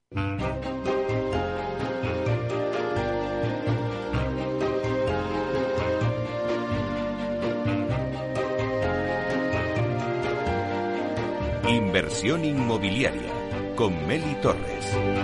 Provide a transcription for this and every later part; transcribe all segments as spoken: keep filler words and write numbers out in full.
Inversión inmobiliaria con Meli Torres.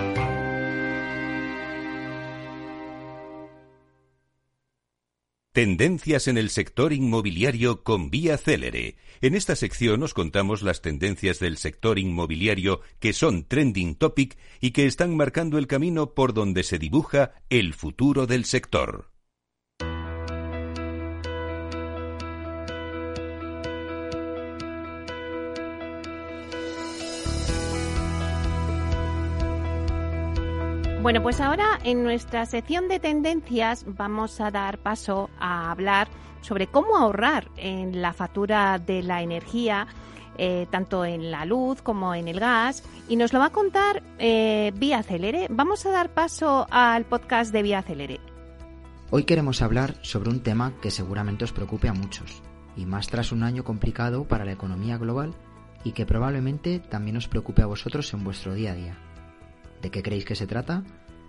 Tendencias en el sector inmobiliario con Vía Célere. En esta sección os contamos las tendencias del sector inmobiliario que son trending topic y que están marcando el camino por donde se dibuja el futuro del sector. Bueno, pues ahora en nuestra sección de tendencias vamos a dar paso a hablar sobre cómo ahorrar en la factura de la energía, eh, tanto en la luz como en el gas, y nos lo va a contar eh, Vía Célere. Vamos a dar paso al podcast de Vía Célere. Hoy queremos hablar sobre un tema que seguramente os preocupe a muchos, y más tras un año complicado para la economía global y que probablemente también os preocupe a vosotros en vuestro día a día. ¿De qué creéis que se trata?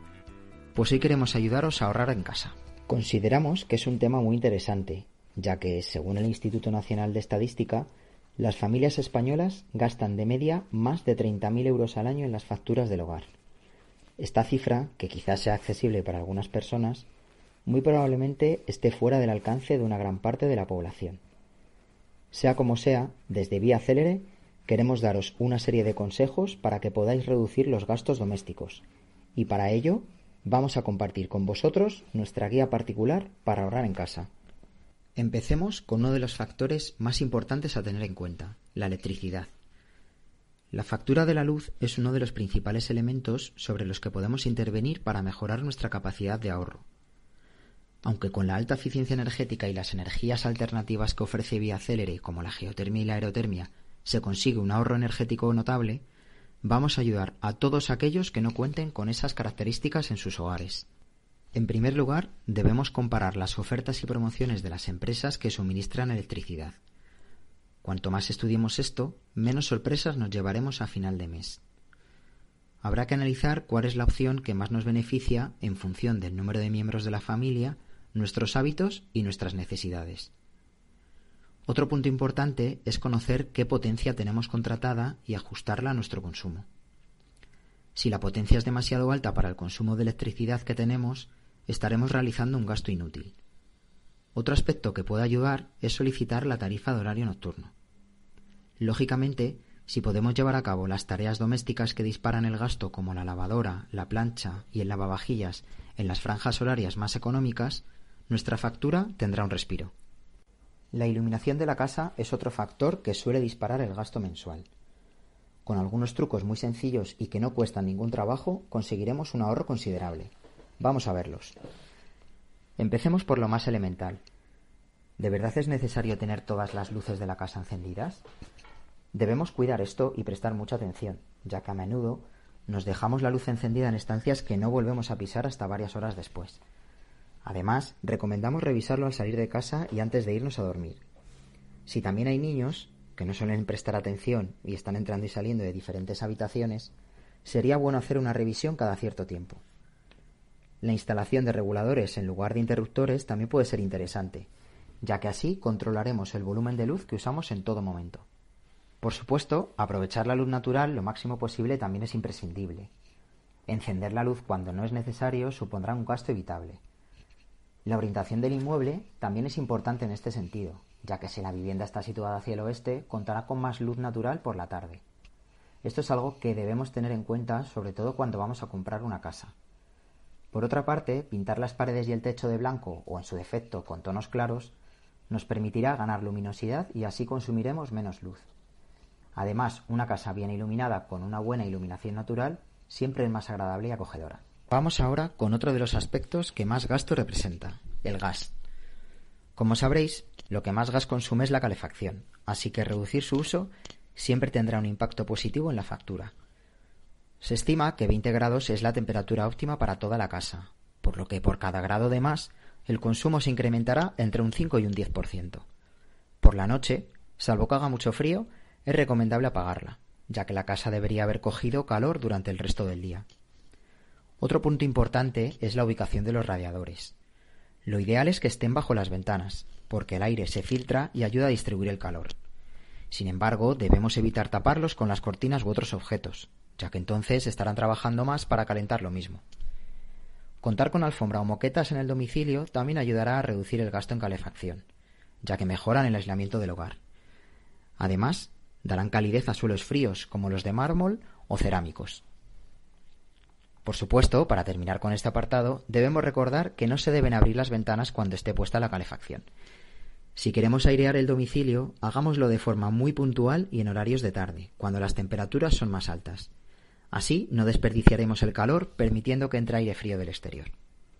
Pues hoy queremos ayudaros a ahorrar en casa. Consideramos que es un tema muy interesante, ya que, según el Instituto Nacional de Estadística, las familias españolas gastan de media más de treinta mil euros al año en las facturas del hogar. Esta cifra, que quizás sea accesible para algunas personas, muy probablemente esté fuera del alcance de una gran parte de la población. Sea como sea, desde Vía Célere queremos daros una serie de consejos para que podáis reducir los gastos domésticos, y para ello vamos a compartir con vosotros nuestra guía particular para ahorrar en casa. Empecemos con uno de los factores más importantes a tener en cuenta, la electricidad. La factura de la luz es uno de los principales elementos sobre los que podemos intervenir para mejorar nuestra capacidad de ahorro. Aunque con la alta eficiencia energética y las energías alternativas que ofrece Vía Célere, como la geotermia y la aerotermia, se consigue un ahorro energético notable, vamos a ayudar a todos aquellos que no cuenten con esas características en sus hogares. En primer lugar, debemos comparar las ofertas y promociones de las empresas que suministran electricidad. Cuanto más estudiemos esto, menos sorpresas nos llevaremos a final de mes. Habrá que analizar cuál es la opción que más nos beneficia en función del número de miembros de la familia, nuestros hábitos y nuestras necesidades. Otro punto importante es conocer qué potencia tenemos contratada y ajustarla a nuestro consumo. Si la potencia es demasiado alta para el consumo de electricidad que tenemos, estaremos realizando un gasto inútil. Otro aspecto que puede ayudar es solicitar la tarifa de horario nocturno. Lógicamente, si podemos llevar a cabo las tareas domésticas que disparan el gasto como la lavadora, la plancha y el lavavajillas en las franjas horarias más económicas, nuestra factura tendrá un respiro. La iluminación de la casa es otro factor que suele disparar el gasto mensual. Con algunos trucos muy sencillos y que no cuestan ningún trabajo, conseguiremos un ahorro considerable. Vamos a verlos. Empecemos por lo más elemental. ¿De verdad es necesario tener todas las luces de la casa encendidas? Debemos cuidar esto y prestar mucha atención, ya que a menudo nos dejamos la luz encendida en estancias que no volvemos a pisar hasta varias horas después. Además, recomendamos revisarlo al salir de casa y antes de irnos a dormir. Si también hay niños que no suelen prestar atención y están entrando y saliendo de diferentes habitaciones, sería bueno hacer una revisión cada cierto tiempo. La instalación de reguladores en lugar de interruptores también puede ser interesante, ya que así controlaremos el volumen de luz que usamos en todo momento. Por supuesto, aprovechar la luz natural lo máximo posible también es imprescindible. Encender la luz cuando no es necesario supondrá un gasto evitable. La orientación del inmueble también es importante en este sentido, ya que si la vivienda está situada hacia el oeste, contará con más luz natural por la tarde. Esto es algo que debemos tener en cuenta, sobre todo cuando vamos a comprar una casa. Por otra parte, pintar las paredes y el techo de blanco, o en su defecto con tonos claros, nos permitirá ganar luminosidad y así consumiremos menos luz. Además, una casa bien iluminada con una buena iluminación natural siempre es más agradable y acogedora. Vamos ahora con otro de los aspectos que más gasto representa, el gas. Como sabréis, lo que más gas consume es la calefacción, así que reducir su uso siempre tendrá un impacto positivo en la factura. Se estima que veinte grados es la temperatura óptima para toda la casa, por lo que por cada grado de más, el consumo se incrementará entre un cinco y un diez por ciento. Por la noche, salvo que haga mucho frío, es recomendable apagarla, ya que la casa debería haber cogido calor durante el resto del día. Otro punto importante es la ubicación de los radiadores. Lo ideal es que estén bajo las ventanas, porque el aire se filtra y ayuda a distribuir el calor. Sin embargo, debemos evitar taparlos con las cortinas u otros objetos, ya que entonces estarán trabajando más para calentar lo mismo. Contar con alfombra o moquetas en el domicilio también ayudará a reducir el gasto en calefacción, ya que mejoran el aislamiento del hogar. Además, darán calidez a suelos fríos como los de mármol o cerámicos. Por supuesto, para terminar con este apartado, debemos recordar que no se deben abrir las ventanas cuando esté puesta la calefacción. Si queremos airear el domicilio, hagámoslo de forma muy puntual y en horarios de tarde, cuando las temperaturas son más altas. Así no desperdiciaremos el calor, permitiendo que entre aire frío del exterior.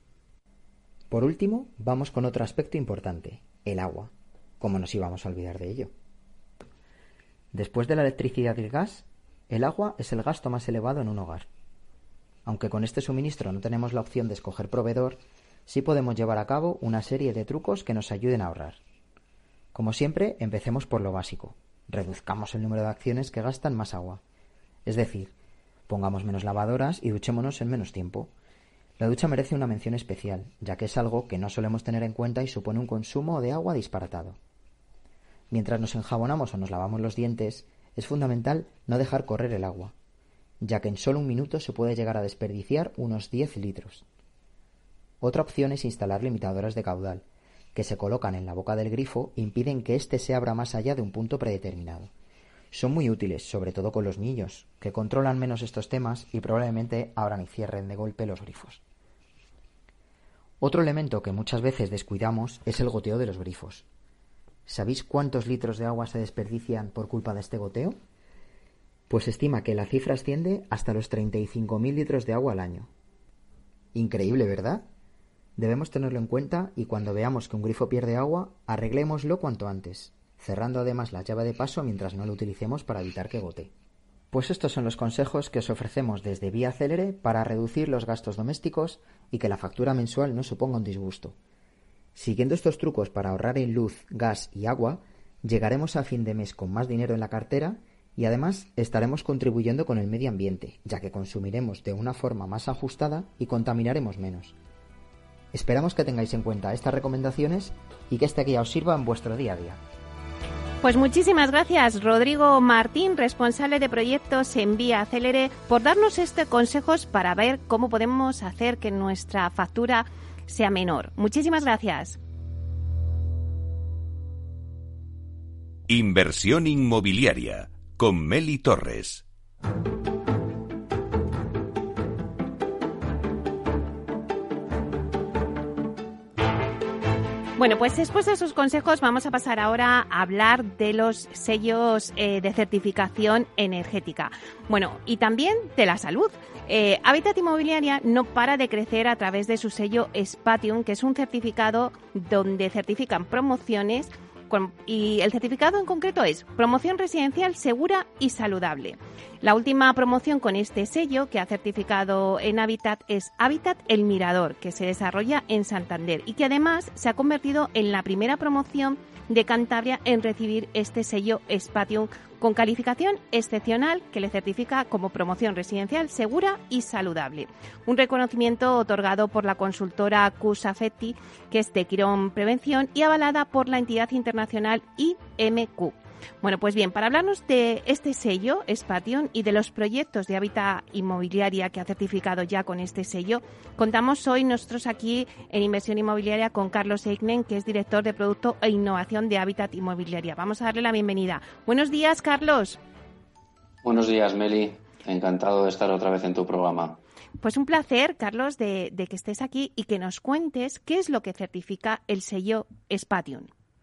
Por último, vamos con otro aspecto importante, el agua. ¿Cómo nos íbamos a olvidar de ello? Después de la electricidad y el gas, el agua es el gasto más elevado en un hogar. Aunque con este suministro no tenemos la opción de escoger proveedor, sí podemos llevar a cabo una serie de trucos que nos ayuden a ahorrar. Como siempre, empecemos por lo básico. Reduzcamos el número de acciones que gastan más agua. Es decir, pongamos menos lavadoras y duchémonos en menos tiempo. La ducha merece una mención especial, ya que es algo que no solemos tener en cuenta y supone un consumo de agua disparatado. Mientras nos enjabonamos o nos lavamos los dientes, es fundamental no dejar correr el agua, ya que en solo un minuto se puede llegar a desperdiciar unos diez litros. Otra opción es instalar limitadoras de caudal, que se colocan en la boca del grifo e impiden que éste se abra más allá de un punto predeterminado. Son muy útiles, sobre todo con los niños, que controlan menos estos temas y probablemente abran y cierren de golpe los grifos. Otro elemento que muchas veces descuidamos es el goteo de los grifos. ¿Sabéis cuántos litros de agua se desperdician por culpa de este goteo? Pues se estima que la cifra asciende hasta los treinta y cinco mil litros de agua al año. Increíble, ¿verdad? Debemos tenerlo en cuenta y cuando veamos que un grifo pierde agua, arreglémoslo cuanto antes, cerrando además la llave de paso mientras no lo utilicemos para evitar que gotee. Pues estos son los consejos que os ofrecemos desde Vía Célere para reducir los gastos domésticos y que la factura mensual no suponga un disgusto. Siguiendo estos trucos para ahorrar en luz, gas y agua, llegaremos a fin de mes con más dinero en la cartera y además estaremos contribuyendo con el medio ambiente, ya que consumiremos de una forma más ajustada y contaminaremos menos. Esperamos que tengáis en cuenta estas recomendaciones y que esta guía os sirva en vuestro día a día. Pues muchísimas gracias, Rodrigo Martín, responsable de proyectos en Vía Célere, por darnos estos consejos para ver cómo podemos hacer que nuestra factura sea menor. Muchísimas gracias. Inversión inmobiliaria con Meli Torres. Bueno, pues después de esos consejos vamos a pasar ahora a hablar de los sellos eh, de certificación energética. Bueno, y también de la salud. Eh, Habitat Inmobiliaria no para de crecer a través de su sello Spatium, que es un certificado donde certifican promociones y el certificado en concreto es Promoción Residencial Segura y Saludable. La última promoción con este sello que ha certificado en Habitat es Habitat El Mirador, que se desarrolla en Santander y que además se ha convertido en la primera promoción de Cantabria en recibir este sello Spatium con calificación excepcional que le certifica como promoción residencial segura y saludable. Un reconocimiento otorgado por la consultora Q-Safety, que es de Quirón Prevención, y avalada por la entidad internacional I M Q. Bueno, pues bien, para hablarnos de este sello, Spatium, y de los proyectos de Habitat Inmobiliaria que ha certificado ya con este sello, contamos hoy nosotros aquí en Inversión Inmobiliaria con Carlos Eignen, que es director de Producto e Innovación de Habitat Inmobiliaria. Vamos a darle la bienvenida. Buenos días, Carlos. Buenos días, Meli. Encantado de estar otra vez en tu programa. Pues un placer, Carlos, de, de que estés aquí y que nos cuentes qué es lo que certifica el sello Spatium.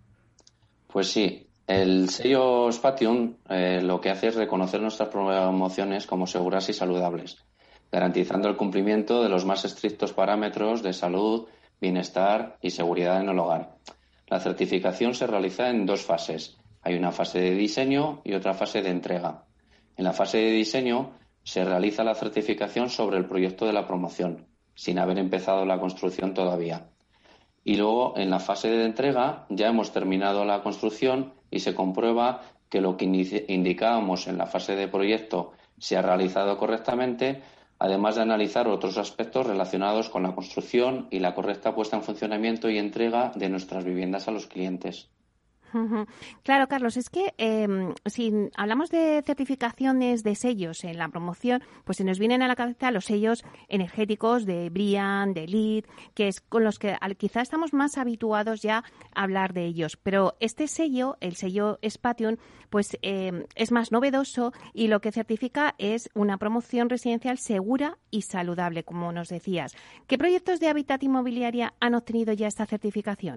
Pues sí. El sello Spatium eh, lo que hace es reconocer nuestras promociones como seguras y saludables, garantizando el cumplimiento de los más estrictos parámetros de salud, bienestar y seguridad en el hogar. La certificación se realiza en dos fases. Hay una fase de diseño y otra fase de entrega. En la fase de diseño se realiza la certificación sobre el proyecto de la promoción, sin haber empezado la construcción todavía. Y luego, en la fase de entrega, ya hemos terminado la construcción y se comprueba que lo que indicábamos en la fase de proyecto se ha realizado correctamente, además de analizar otros aspectos relacionados con la construcción y la correcta puesta en funcionamiento y entrega de nuestras viviendas a los clientes. Claro, Carlos, es que eh, si hablamos de certificaciones de sellos en la promoción, pues se nos vienen a la cabeza los sellos energéticos de BREEAM, de LEED, que es con los que quizá estamos más habituados ya a hablar de ellos. Pero este sello, el sello Spatium, pues eh, es más novedoso y lo que certifica es una promoción residencial segura y saludable, como nos decías. ¿Qué proyectos de hábitat inmobiliaria han obtenido ya esta certificación?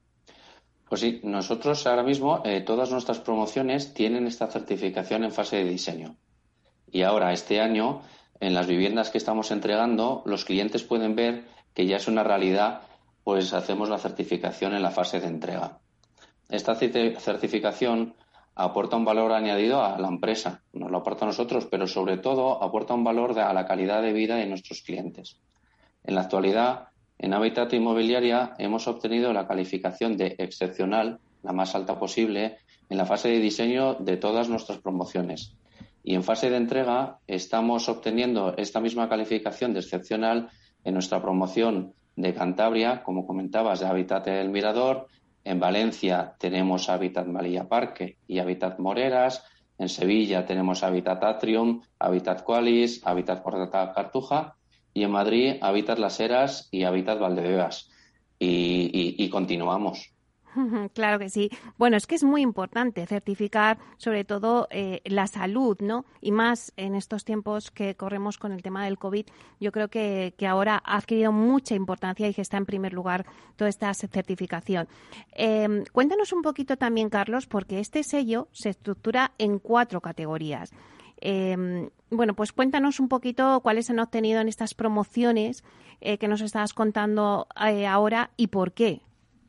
Pues sí, nosotros ahora mismo eh, todas nuestras promociones tienen esta certificación en fase de diseño. Y ahora, este año, en las viviendas que estamos entregando, los clientes pueden ver que ya es una realidad, pues hacemos la certificación en la fase de entrega. Esta certificación aporta un valor añadido a la empresa, nos lo aporta a nosotros, pero sobre todo aporta un valor a la calidad de vida de nuestros clientes. En la actualidad, en Hábitat Inmobiliaria hemos obtenido la calificación de excepcional, la más alta posible, en la fase de diseño de todas nuestras promociones. Y en fase de entrega estamos obteniendo esta misma calificación de excepcional en nuestra promoción de Cantabria, como comentabas, de Hábitat El Mirador. En Valencia tenemos Hábitat Malilla Parque y Hábitat Moreras. En Sevilla tenemos Hábitat Atrium, Hábitat Qualis, Hábitat Porta Cartuja. Y en Madrid, Hábitat Las Heras y Hábitat Valdebebas. Y, y, y continuamos. Claro que sí. Bueno, es que es muy importante certificar sobre todo eh, la salud, ¿no? Y más en estos tiempos que corremos con el tema del COVID, yo creo que, que ahora ha adquirido mucha importancia y que está en primer lugar toda esta certificación. Eh, cuéntanos un poquito también, Carlos, porque este sello se estructura en cuatro categorías. Eh, bueno, pues cuéntanos un poquito cuáles se han obtenido en estas promociones eh, que nos estabas contando eh, ahora y por qué.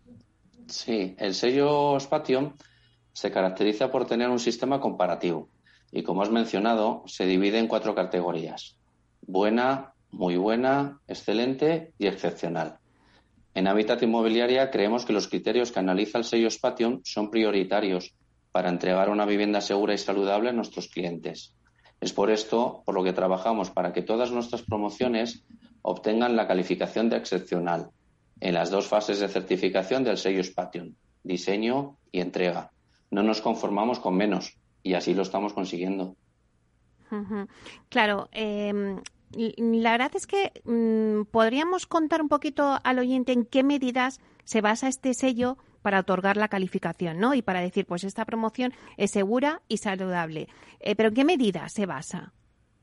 Sí, el sello Spatium se caracteriza por tener un sistema comparativo y, como has mencionado, se divide en cuatro categorías: buena, muy buena, excelente y excepcional. En Hábitat Inmobiliaria creemos que los criterios que analiza el sello Spatium son prioritarios para entregar una vivienda segura y saludable a nuestros clientes. Es por esto por lo que trabajamos para que todas nuestras promociones obtengan la calificación de excepcional en las dos fases de certificación del sello Spatium, diseño y entrega. No nos conformamos con menos y así lo estamos consiguiendo. Uh-huh. Claro, eh, la verdad es que mmm, podríamos contar un poquito al oyente en qué medidas se basa este sello para otorgar la calificación, ¿no? Y para decir, pues esta promoción es segura y saludable. Eh, ¿Pero en qué medida se basa?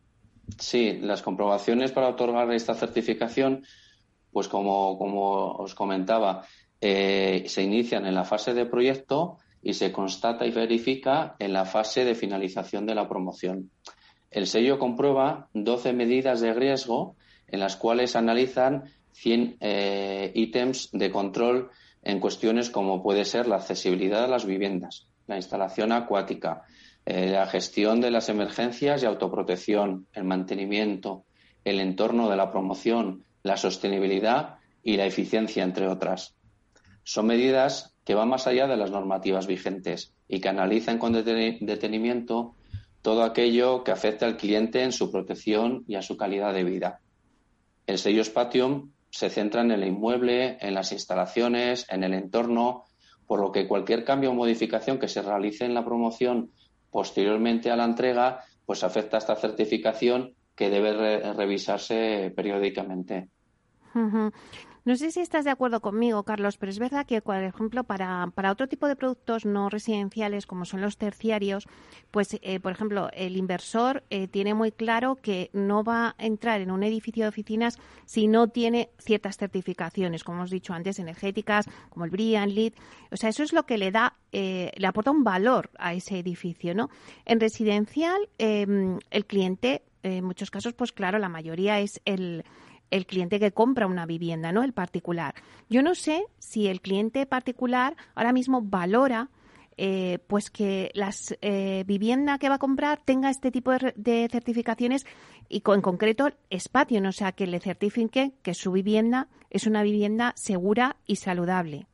Sí, las comprobaciones para otorgar esta certificación, pues como, como os comentaba, eh, se inician en la fase de proyecto y se constata y verifica en la fase de finalización de la promoción. El sello comprueba doce medidas de riesgo en las cuales analizan cien eh, ítems de control en cuestiones como puede ser la accesibilidad a las viviendas, la instalación acuática, eh, la gestión de las emergencias y autoprotección, el mantenimiento, el entorno de la promoción, la sostenibilidad y la eficiencia, entre otras. Son medidas que van más allá de las normativas vigentes y que analizan con detenimiento todo aquello que afecta al cliente en su protección y a su calidad de vida. El sello Spatium se centra en el inmueble, en las instalaciones, en el entorno, por lo que cualquier cambio o modificación que se realice en la promoción posteriormente a la entrega, pues afecta a esta certificación que debe re- revisarse periódicamente. Uh-huh. No sé si estás de acuerdo conmigo, Carlos, pero es verdad que, por ejemplo, para, para otro tipo de productos no residenciales, como son los terciarios, pues, eh, por ejemplo, el inversor eh, tiene muy claro que no va a entrar en un edificio de oficinas si no tiene ciertas certificaciones, como hemos dicho antes, energéticas, como el BREEAM, LEED. O sea, eso es lo que le da, eh, le aporta un valor a ese edificio, ¿no? En residencial, eh, el cliente, en muchos casos, pues claro, la mayoría es el... el cliente que compra una vivienda, ¿no? El particular. Yo no sé si el cliente particular ahora mismo valora eh, pues que la eh, vivienda que va a comprar tenga este tipo de, de certificaciones y con, en concreto Spatium, o sea, que le certifique que su vivienda es una vivienda segura y saludable.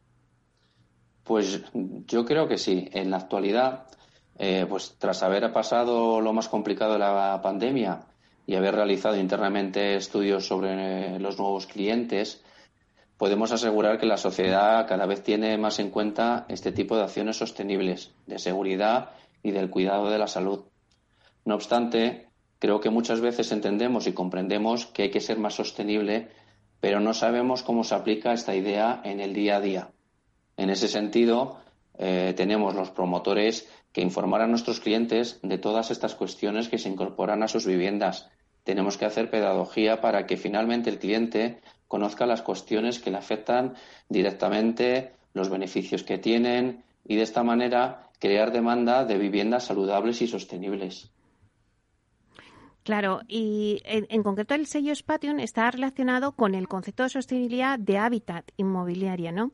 Pues yo creo que sí. En la actualidad, eh, pues tras haber pasado lo más complicado de la pandemia, y haber realizado internamente estudios sobre los nuevos clientes, podemos asegurar que la sociedad cada vez tiene más en cuenta este tipo de acciones sostenibles, de seguridad y del cuidado de la salud. No obstante, creo que muchas veces entendemos y comprendemos que hay que ser más sostenible, pero no sabemos cómo se aplica esta idea en el día a día. En ese sentido, eh, tenemos los promotores que informar a nuestros clientes de todas estas cuestiones que se incorporan a sus viviendas. Tenemos que hacer pedagogía para que finalmente el cliente conozca las cuestiones que le afectan directamente, los beneficios que tienen y de esta manera crear demanda de viviendas saludables y sostenibles. Claro, y en, en concreto el sello Spatium está relacionado con el concepto de sostenibilidad de Habitat Inmobiliaria, ¿no?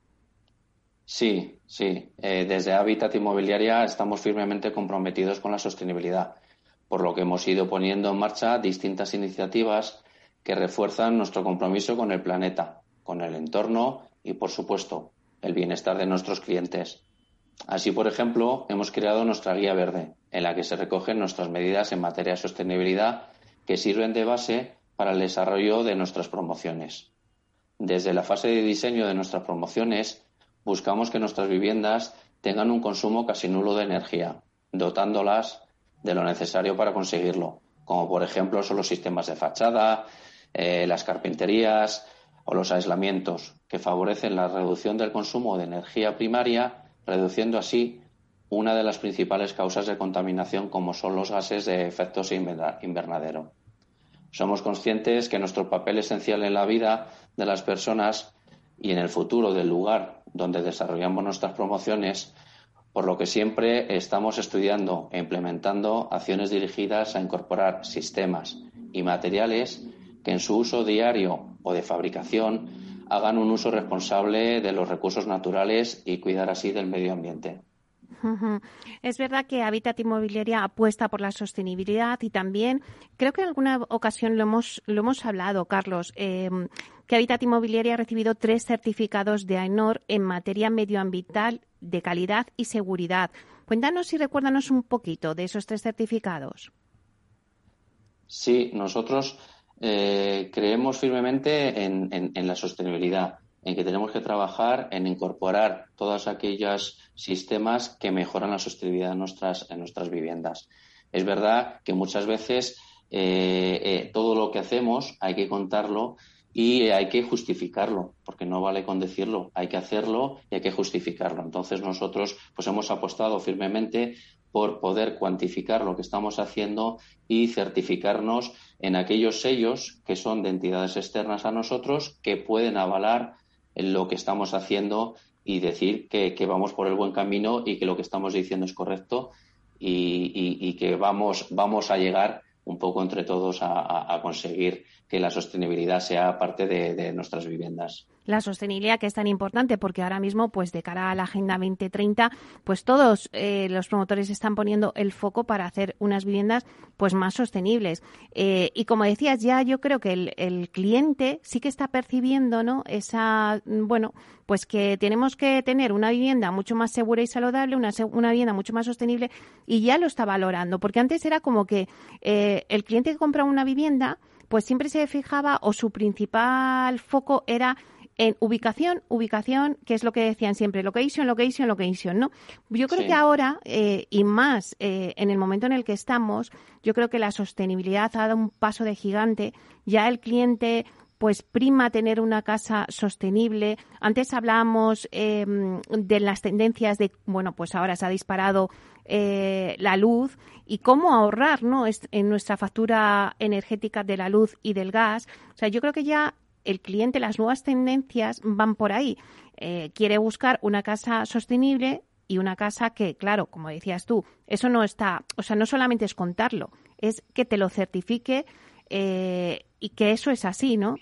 Sí, sí. Eh, desde Habitat Inmobiliaria estamos firmemente comprometidos con la sostenibilidad, por lo que hemos ido poniendo en marcha distintas iniciativas que refuerzan nuestro compromiso con el planeta, con el entorno y, por supuesto, el bienestar de nuestros clientes. Así, por ejemplo, hemos creado nuestra guía verde, en la que se recogen nuestras medidas en materia de sostenibilidad que sirven de base para el desarrollo de nuestras promociones. Desde la fase de diseño de nuestras promociones, buscamos que nuestras viviendas tengan un consumo casi nulo de energía, dotándolas de lo necesario para conseguirlo, como por ejemplo son los sistemas de fachada, eh, las carpinterías o los aislamientos, que favorecen la reducción del consumo de energía primaria, reduciendo así una de las principales causas de contaminación, como son los gases de efecto invernadero. Somos conscientes que nuestro papel esencial en la vida de las personas y en el futuro del lugar donde desarrollamos nuestras promociones, por lo que siempre estamos estudiando e implementando acciones dirigidas a incorporar sistemas y materiales que en su uso diario o de fabricación hagan un uso responsable de los recursos naturales y cuidar así del medio ambiente. Es verdad que Habitat Inmobiliaria apuesta por la sostenibilidad y también, creo que en alguna ocasión lo hemos, lo hemos hablado, Carlos, eh, que Habitat Inmobiliaria ha recibido tres certificados de AENOR en materia medioambiental, de calidad y seguridad. Cuéntanos y recuérdanos un poquito de esos tres certificados. Sí, nosotros eh, creemos firmemente en, en, en la sostenibilidad, en que tenemos que trabajar en incorporar todos aquellos sistemas que mejoran la sostenibilidad en nuestras, en nuestras viviendas. Es verdad que muchas veces eh, eh, todo lo que hacemos hay que contarlo y hay que justificarlo, porque no vale con decirlo, hay que hacerlo y hay que justificarlo. Entonces nosotros pues hemos apostado firmemente por poder cuantificar lo que estamos haciendo y certificarnos en aquellos sellos que son de entidades externas a nosotros que pueden avalar lo que estamos haciendo y decir que, que vamos por el buen camino y que lo que estamos diciendo es correcto y, y, y que vamos, vamos a llegar un poco entre todos a, a, a conseguir que la sostenibilidad sea parte de, de nuestras viviendas. La sostenibilidad que es tan importante porque ahora mismo, pues de cara a la Agenda veinte treinta, pues todos eh, los promotores están poniendo el foco para hacer unas viviendas pues más sostenibles. Eh, y como decías, ya yo creo que el, el cliente sí que está percibiendo, ¿no? Esa, bueno, pues que tenemos que tener una vivienda mucho más segura y saludable, una, una vivienda mucho más sostenible, y ya lo está valorando, porque antes era como que eh, el cliente que compra una vivienda pues siempre se fijaba o su principal foco era en ubicación, ubicación, que es lo que decían siempre, location, location, location, ¿no? Yo creo sí. que ahora, eh, y más eh, en el momento en el que estamos, yo creo que la sostenibilidad ha dado un paso de gigante. Ya el cliente pues prima tener una casa sostenible. Antes hablábamos eh, de las tendencias de, bueno, pues ahora se ha disparado eh, la luz y cómo ahorrar, ¿no?, en nuestra factura energética de la luz y del gas. O sea, yo creo que ya el cliente, las nuevas tendencias van por ahí. Eh, quiere buscar una casa sostenible y una casa que, claro, como decías tú, eso no está, o sea, no solamente es contarlo, es que te lo certifique eh, y que eso es así, ¿no?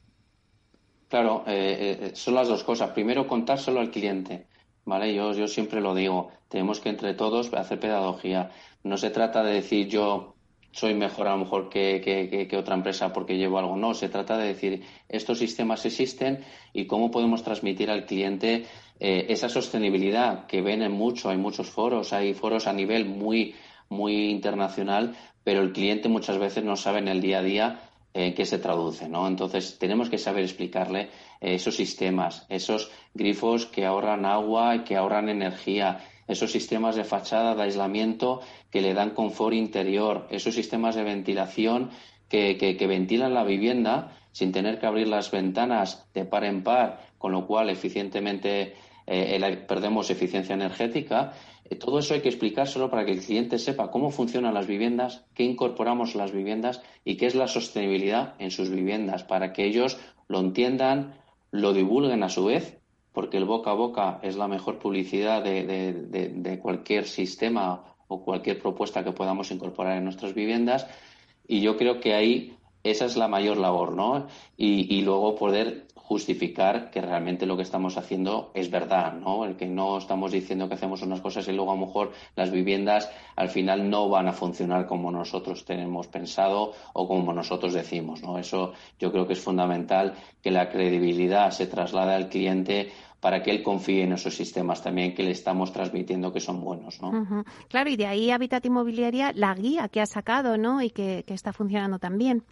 Claro, eh, eh, son las dos cosas. Primero, contárselo al cliente, ¿vale? Yo, yo siempre lo digo, tenemos que entre todos hacer pedagogía. No se trata de decir yo soy mejor a lo mejor que, que, que, que otra empresa porque llevo algo. No, se trata de decir estos sistemas existen y cómo podemos transmitir al cliente eh, esa sostenibilidad que ven en mucho, hay muchos foros, hay foros a nivel muy muy internacional, pero el cliente muchas veces no sabe en el día a día en qué se traduce, ¿no? Entonces tenemos que saber explicarle eh, esos sistemas, esos grifos que ahorran agua y que ahorran energía, esos sistemas de fachada de aislamiento que le dan confort interior, esos sistemas de ventilación que, que, que ventilan la vivienda sin tener que abrir las ventanas de par en par, con lo cual eficientemente eh, el, perdemos eficiencia energética. Eh, todo eso hay que explicárselo para que el cliente sepa cómo funcionan las viviendas, qué incorporamos en las viviendas y qué es la sostenibilidad en sus viviendas, para que ellos lo entiendan, lo divulguen a su vez, porque el boca a boca es la mejor publicidad de, de, de, de cualquier sistema o cualquier propuesta que podamos incorporar en nuestras viviendas. Y yo creo que ahí esa es la mayor labor, ¿no? Y, y luego poder justificar que realmente lo que estamos haciendo es verdad, ¿no? El que no estamos diciendo que hacemos unas cosas y luego a lo mejor las viviendas al final no van a funcionar como nosotros tenemos pensado o como nosotros decimos, ¿no? Eso yo creo que es fundamental, que la credibilidad se traslade al cliente para que él confíe en esos sistemas también que le estamos transmitiendo que son buenos, ¿no? Uh-huh. Claro, y de ahí Habitat Inmobiliaria, la guía que ha sacado, ¿no? Y que, que está funcionando también.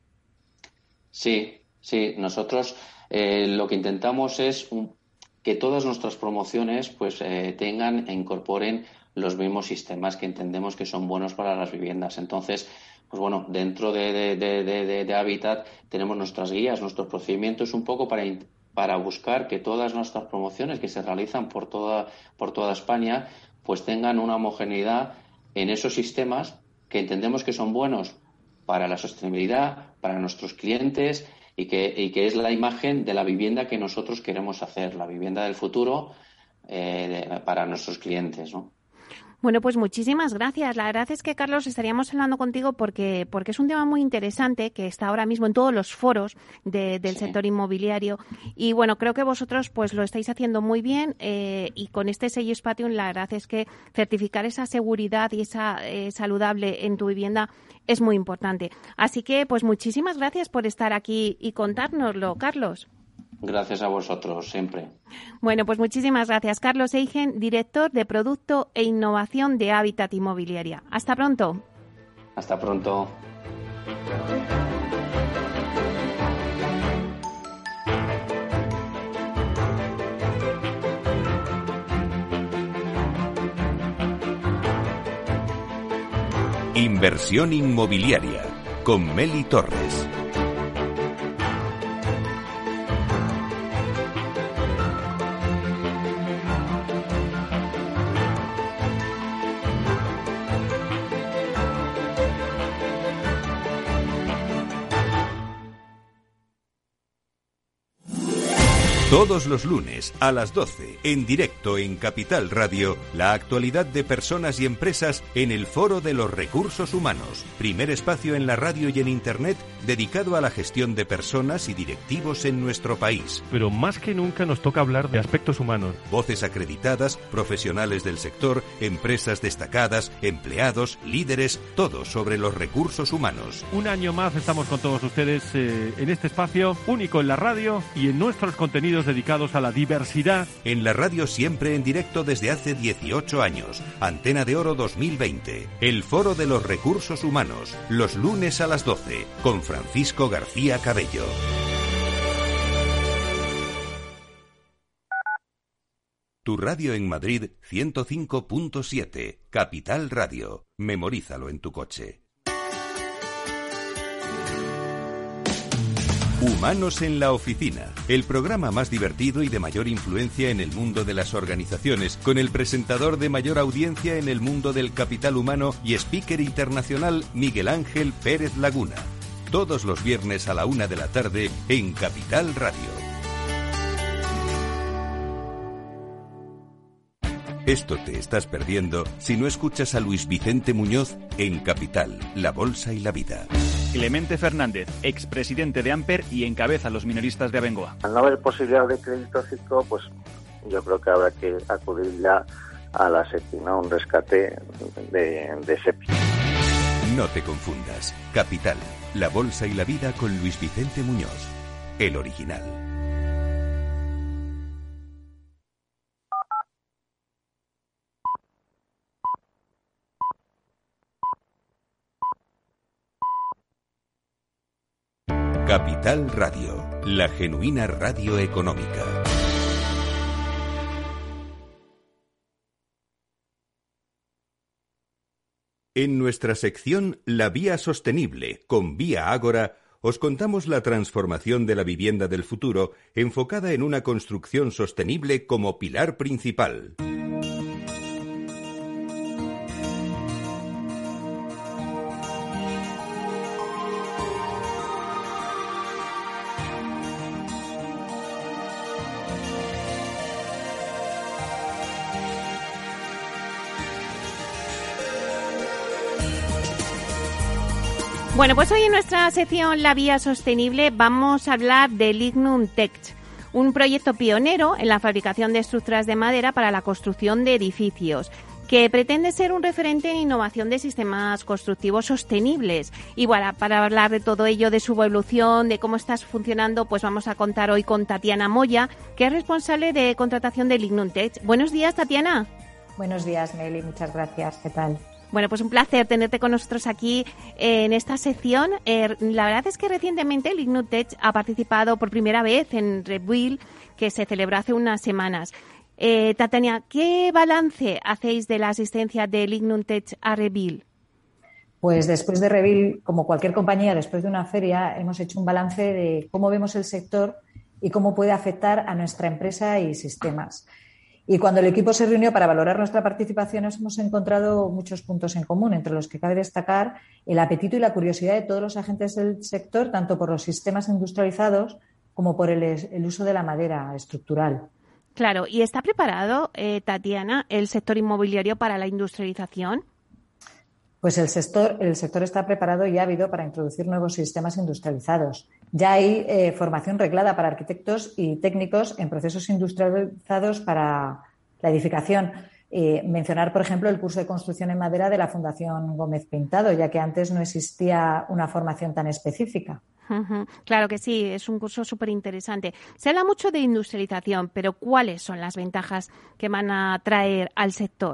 Sí, sí. Nosotros eh, lo que intentamos es un, que todas nuestras promociones pues eh, tengan e incorporen los mismos sistemas que entendemos que son buenos para las viviendas. Entonces, pues bueno, dentro de, de, de, de, de Habitat tenemos nuestras guías, nuestros procedimientos un poco para para buscar que todas nuestras promociones que se realizan por toda por toda España pues tengan una homogeneidad en esos sistemas que entendemos que son buenos para la sostenibilidad, para nuestros clientes y que, y que es la imagen de la vivienda que nosotros queremos hacer, la vivienda del futuro eh, de, para nuestros clientes, ¿no? Bueno, pues muchísimas gracias. La verdad es que, Carlos, estaríamos hablando contigo porque porque es un tema muy interesante que está ahora mismo en todos los foros de, del sí. sector inmobiliario. Y, bueno, creo que vosotros pues lo estáis haciendo muy bien eh, y con este sello Spatium la verdad es que certificar esa seguridad y esa eh, saludable en tu vivienda es muy importante. Así que, pues muchísimas gracias por estar aquí y contárnoslo, Carlos. Gracias a vosotros, siempre. Bueno, pues muchísimas gracias. Carlos Eigen, director de Producto e Innovación de Habitat Inmobiliaria. Hasta pronto. Hasta pronto. Inversión inmobiliaria con Meli Torres. Todos los lunes a las doce, en directo en Capital Radio, la actualidad de personas y empresas en el Foro de los Recursos Humanos, primer espacio en la radio y en Internet dedicado a la gestión de personas y directivos en nuestro país. Pero más que nunca nos toca hablar de aspectos humanos. Voces acreditadas, profesionales del sector, empresas destacadas, empleados, líderes, todo sobre los recursos humanos. Un año más estamos con todos ustedes eh, en este espacio único en la radio y en nuestros contenidos dedicados a la diversidad. En la radio siempre en directo desde hace dieciocho años. Antena de Oro dos mil veinte. El Foro de los Recursos Humanos. Los lunes a las doce. Con Francisco García Cabello. Tu radio en Madrid ciento cinco punto siete. Capital Radio. Memorízalo en tu coche. Humanos en la Oficina, el programa más divertido y de mayor influencia en el mundo de las organizaciones, con el presentador de mayor audiencia en el mundo del capital humano y speaker internacional Miguel Ángel Pérez Laguna. Todos los viernes a la una de la tarde en Capital Radio. Esto te estás perdiendo si no escuchas a Luis Vicente Muñoz en Capital, La Bolsa y la Vida. Clemente Fernández, expresidente de Amper y encabeza los minoristas de Abengoa. Al no haber posibilidad de crédito cíclico, pues yo creo que habrá que acudir ya a la SEPI, ¿no? Un rescate de, de SEPI. No te confundas. Capital, La Bolsa y la Vida con Luis Vicente Muñoz, el original. Capital Radio, la genuina radio económica. En nuestra sección La Vía Sostenible con Vía Ágora, os contamos la transformación de la vivienda del futuro enfocada en una construcción sostenible como pilar principal. Bueno, pues hoy en nuestra sección La Vía Sostenible vamos a hablar de Lignum Tech, un proyecto pionero en la fabricación de estructuras de madera para la construcción de edificios, que pretende ser un referente en innovación de sistemas constructivos sostenibles. Y bueno, para hablar de todo ello, de su evolución, de cómo está funcionando, pues vamos a contar hoy con Tatiana Moya, que es responsable de contratación de Lignum Tech. Buenos días, Tatiana. Buenos días, Meli. Muchas gracias. ¿Qué tal? Bueno, pues un placer tenerte con nosotros aquí en esta sección. Eh, la verdad es que recientemente Lignum Tech ha participado por primera vez en Rebuild, que se celebró hace unas semanas. Eh, Tatiana, ¿qué balance hacéis de la asistencia de Lignum Tech a Rebuild? Pues después de Rebuild, como cualquier compañía, después de una feria, hemos hecho un balance de cómo vemos el sector y cómo puede afectar a nuestra empresa y sistemas. Y cuando el equipo se reunió para valorar nuestra participación, hemos encontrado muchos puntos en común, entre los que cabe destacar el apetito y la curiosidad de todos los agentes del sector, tanto por los sistemas industrializados como por el, el uso de la madera estructural. Claro, ¿y está preparado, eh, Tatiana, el sector inmobiliario para la industrialización? Pues el sector, el sector está preparado y ávido para introducir nuevos sistemas industrializados. Ya hay eh, formación reglada para arquitectos y técnicos en procesos industrializados para la edificación. Eh, mencionar, por ejemplo, el curso de construcción en madera de la Fundación Gómez Pintado, ya que antes no existía una formación tan específica. Uh-huh. Claro que sí, es un curso súper interesante. Se habla mucho de industrialización, pero ¿cuáles son las ventajas que van a traer al sector?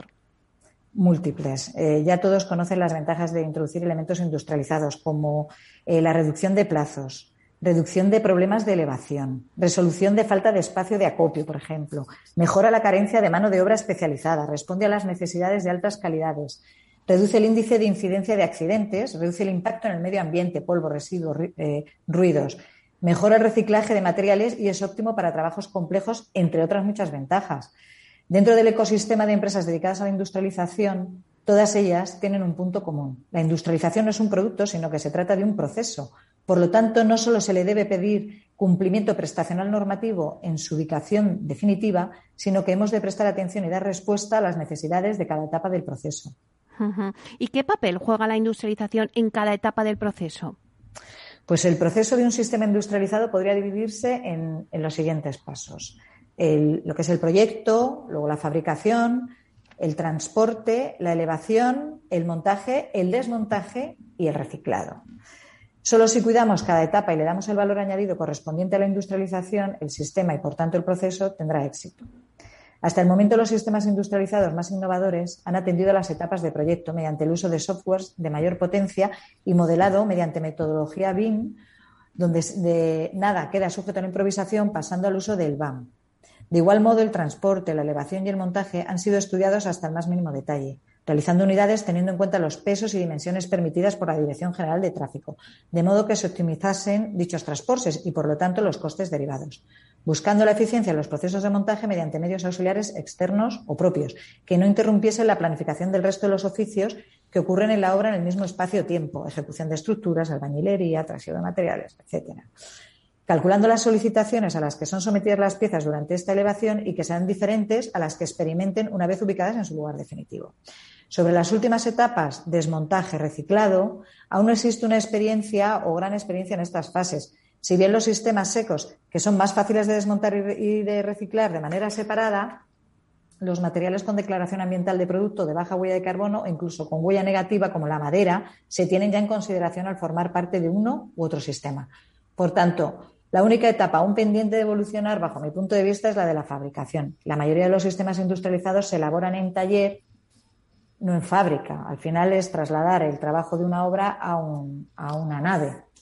Múltiples. Eh, ya todos conocen las ventajas de introducir elementos industrializados, como eh, la reducción de plazos, reducción de problemas de elevación, resolución de falta de espacio de acopio, por ejemplo, mejora la carencia de mano de obra especializada, responde a las necesidades de altas calidades, reduce el índice de incidencia de accidentes, reduce el impacto en el medio ambiente, polvo, residuos, eh, ruidos, mejora el reciclaje de materiales y es óptimo para trabajos complejos, entre otras muchas ventajas. Dentro del ecosistema de empresas dedicadas a la industrialización, todas ellas tienen un punto común. La industrialización no es un producto, sino que se trata de un proceso. Por lo tanto, no solo se le debe pedir cumplimiento prestacional normativo en su ubicación definitiva, sino que hemos de prestar atención y dar respuesta a las necesidades de cada etapa del proceso. Uh-huh. ¿Y qué papel juega la industrialización en cada etapa del proceso? Pues el proceso de un sistema industrializado podría dividirse en, en los siguientes pasos. El, lo que es el proyecto, luego la fabricación, el transporte, la elevación, el montaje, el desmontaje y el reciclado. Solo si cuidamos cada etapa y le damos el valor añadido correspondiente a la industrialización, el sistema y, por tanto, el proceso tendrá éxito. Hasta el momento, los sistemas industrializados más innovadores han atendido a las etapas de proyecto mediante el uso de softwares de mayor potencia y modelado mediante metodología B I M, donde de nada queda sujeto a la improvisación, pasando al uso del B A M. De igual modo, el transporte, la elevación y el montaje han sido estudiados hasta el más mínimo detalle, realizando unidades teniendo en cuenta los pesos y dimensiones permitidas por la Dirección General de Tráfico, de modo que se optimizasen dichos transportes y, por lo tanto, los costes derivados, buscando la eficiencia en los procesos de montaje mediante medios auxiliares externos o propios, que no interrumpiesen la planificación del resto de los oficios que ocurren en la obra en el mismo espacio-tiempo, ejecución de estructuras, albañilería, trasiego de materiales, etcétera. Calculando las solicitaciones a las que son sometidas las piezas durante esta elevación y que sean diferentes a las que experimenten una vez ubicadas en su lugar definitivo. Sobre las últimas etapas, desmontaje, reciclado, aún no existe una experiencia o gran experiencia en estas fases. Si bien los sistemas secos, que son más fáciles de desmontar y de reciclar de manera separada, los materiales con declaración ambiental de producto de baja huella de carbono o incluso con huella negativa, como la madera, se tienen ya en consideración al formar parte de uno u otro sistema. Por tanto, la única etapa aún pendiente de evolucionar, bajo mi punto de vista, es la de la fabricación. La mayoría de los sistemas industrializados se elaboran en taller, no en fábrica. Al final es trasladar el trabajo de una obra a, un, a una nave.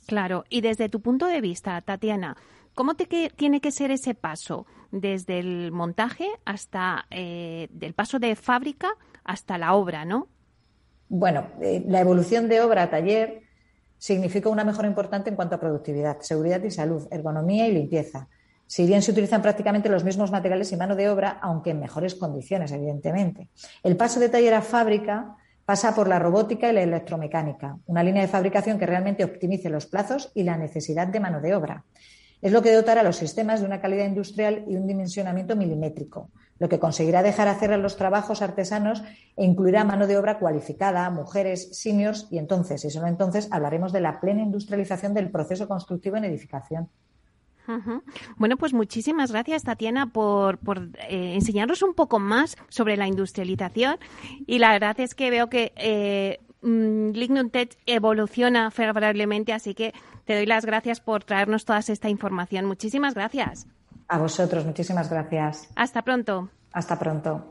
Claro, y desde tu punto de vista, Tatiana, ¿cómo te que, tiene que ser ese paso desde el montaje hasta eh, del paso de fábrica hasta la obra, ¿no? Bueno, eh, la evolución de obra a taller significa una mejora importante en cuanto a productividad, seguridad y salud, ergonomía y limpieza. Si bien se utilizan prácticamente los mismos materiales y mano de obra, aunque en mejores condiciones, evidentemente. El paso de taller a fábrica pasa por la robótica y la electromecánica, una línea de fabricación que realmente optimice los plazos y la necesidad de mano de obra. Es lo que dotará a los sistemas de una calidad industrial y un dimensionamiento milimétrico, lo que conseguirá dejar hacer a los trabajos artesanos e incluirá mano de obra cualificada, mujeres, seniors, y entonces, y solo entonces, hablaremos de la plena industrialización del proceso constructivo en edificación. Uh-huh. Bueno, pues muchísimas gracias, Tatiana, por, por eh, enseñarnos un poco más sobre la industrialización, y la verdad es que veo que eh, Lignum Tech evoluciona favorablemente, así que te doy las gracias por traernos toda esta información. Muchísimas gracias. A vosotros, muchísimas gracias. Hasta pronto. Hasta pronto.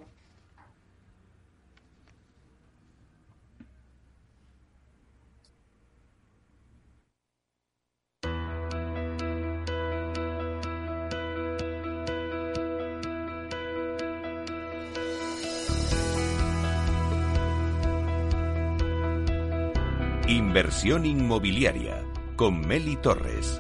Inversión inmobiliaria con Meli Torres.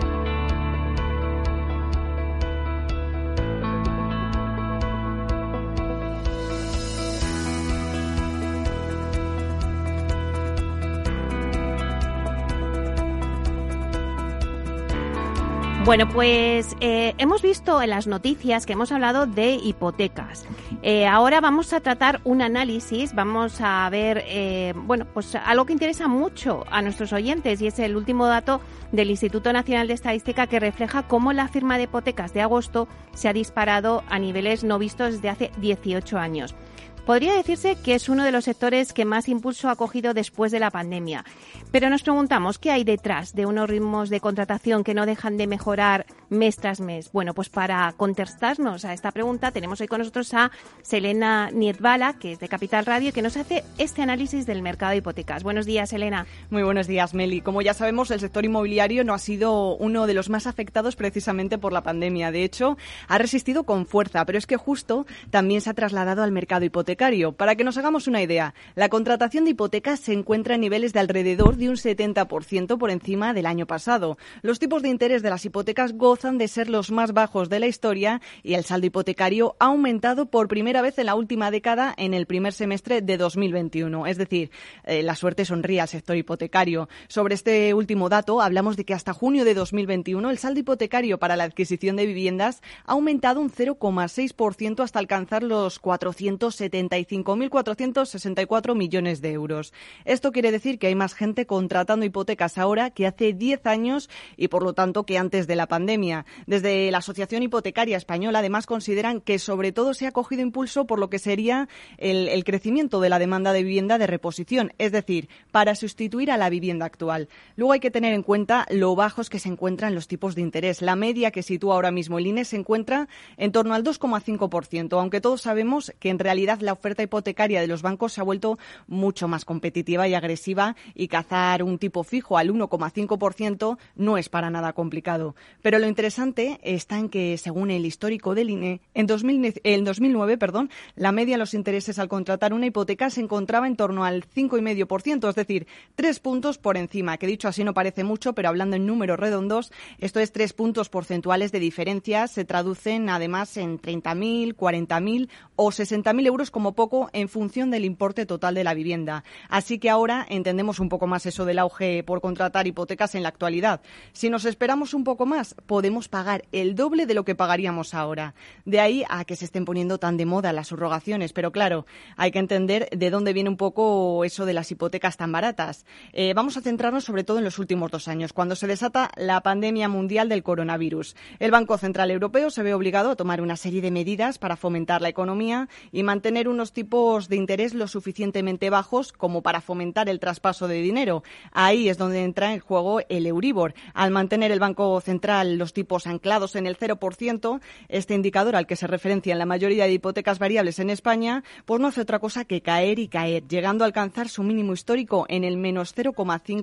Bueno, pues eh, hemos visto en las noticias que hemos hablado de hipotecas. Eh, ahora vamos a tratar un análisis, vamos a ver, eh, bueno, pues algo que interesa mucho a nuestros oyentes, y es el último dato del Instituto Nacional de Estadística que refleja cómo la firma de hipotecas de agosto se ha disparado a niveles no vistos desde hace dieciocho años. Podría decirse que es uno de los sectores que más impulso ha cogido después de la pandemia. Pero nos preguntamos, ¿qué hay detrás de unos ritmos de contratación que no dejan de mejorar mes tras mes? Bueno, pues para contestarnos a esta pregunta tenemos hoy con nosotros a Selena Niedbala, que es de Capital Radio, y que nos hace este análisis del mercado de hipotecas. Buenos días, Selena. Muy buenos días, Meli. Como ya sabemos, el sector inmobiliario no ha sido uno de los más afectados precisamente por la pandemia. De hecho, ha resistido con fuerza, pero es que justo también se ha trasladado al mercado hipotecario. Para que nos hagamos una idea, la contratación de hipotecas se encuentra en niveles de alrededor de un setenta por ciento por encima del año pasado. Los tipos de interés de las hipotecas gozan de ser los más bajos de la historia y el saldo hipotecario ha aumentado por primera vez en la última década en el primer semestre de dos mil veintiuno. Es decir, eh, la suerte sonríe al sector hipotecario. Sobre este último dato, hablamos de que hasta junio de dos mil veintiuno el saldo hipotecario para la adquisición de viviendas ha aumentado un cero coma seis por ciento hasta alcanzar los cuatrocientos setenta y cinco mil cuatrocientos sesenta y cuatro millones de euros. Esto quiere decir que hay más gente contratando hipotecas ahora que hace diez años y, por lo tanto, que antes de la pandemia. Desde la Asociación Hipotecaria Española, además, consideran que sobre todo se ha cogido impulso por lo que sería el, el crecimiento de la demanda de vivienda de reposición, es decir, para sustituir a la vivienda actual. Luego hay que tener en cuenta lo bajos que se encuentran los tipos de interés. La media que sitúa ahora mismo el I N E se encuentra en torno al dos coma cinco por ciento, aunque todos sabemos que en realidad la oferta hipotecaria de los bancos se ha vuelto mucho más competitiva y agresiva, y cazar un tipo fijo al uno coma cinco por ciento no es para nada complicado. Pero lo interesante está en que, según el histórico del I N E, en, dos mil, en dos mil nueve, perdón, la media de los intereses al contratar una hipoteca se encontraba en torno al cinco coma cinco por ciento, es decir, tres puntos por encima, que dicho así no parece mucho, pero hablando en números redondos, esto es tres puntos porcentuales de diferencia, se traducen además en treinta mil, cuarenta mil o sesenta mil euros como poco, en función del importe total de la vivienda. Así que ahora entendemos un poco más eso del auge por contratar hipotecas en la actualidad. Si nos esperamos un poco más, podemos pagar el doble de lo que pagaríamos ahora. De ahí a que se estén poniendo tan de moda las subrogaciones. Pero claro, hay que entender de dónde viene un poco eso de las hipotecas tan baratas. Eh, vamos a centrarnos sobre todo en los últimos dos años, cuando se desata la pandemia mundial del coronavirus. El Banco Central Europeo se ve obligado a tomar una serie de medidas para fomentar la economía y mantener unos tipos de interés lo suficientemente bajos como para fomentar el traspaso de dinero. Ahí es donde entra en juego el Euribor. Al mantener el Banco Central los tipos anclados en el cero por ciento, este indicador al que se referencia en la mayoría de hipotecas variables en España, pues no hace otra cosa que caer y caer, llegando a alcanzar su mínimo histórico en el menos cero coma cinco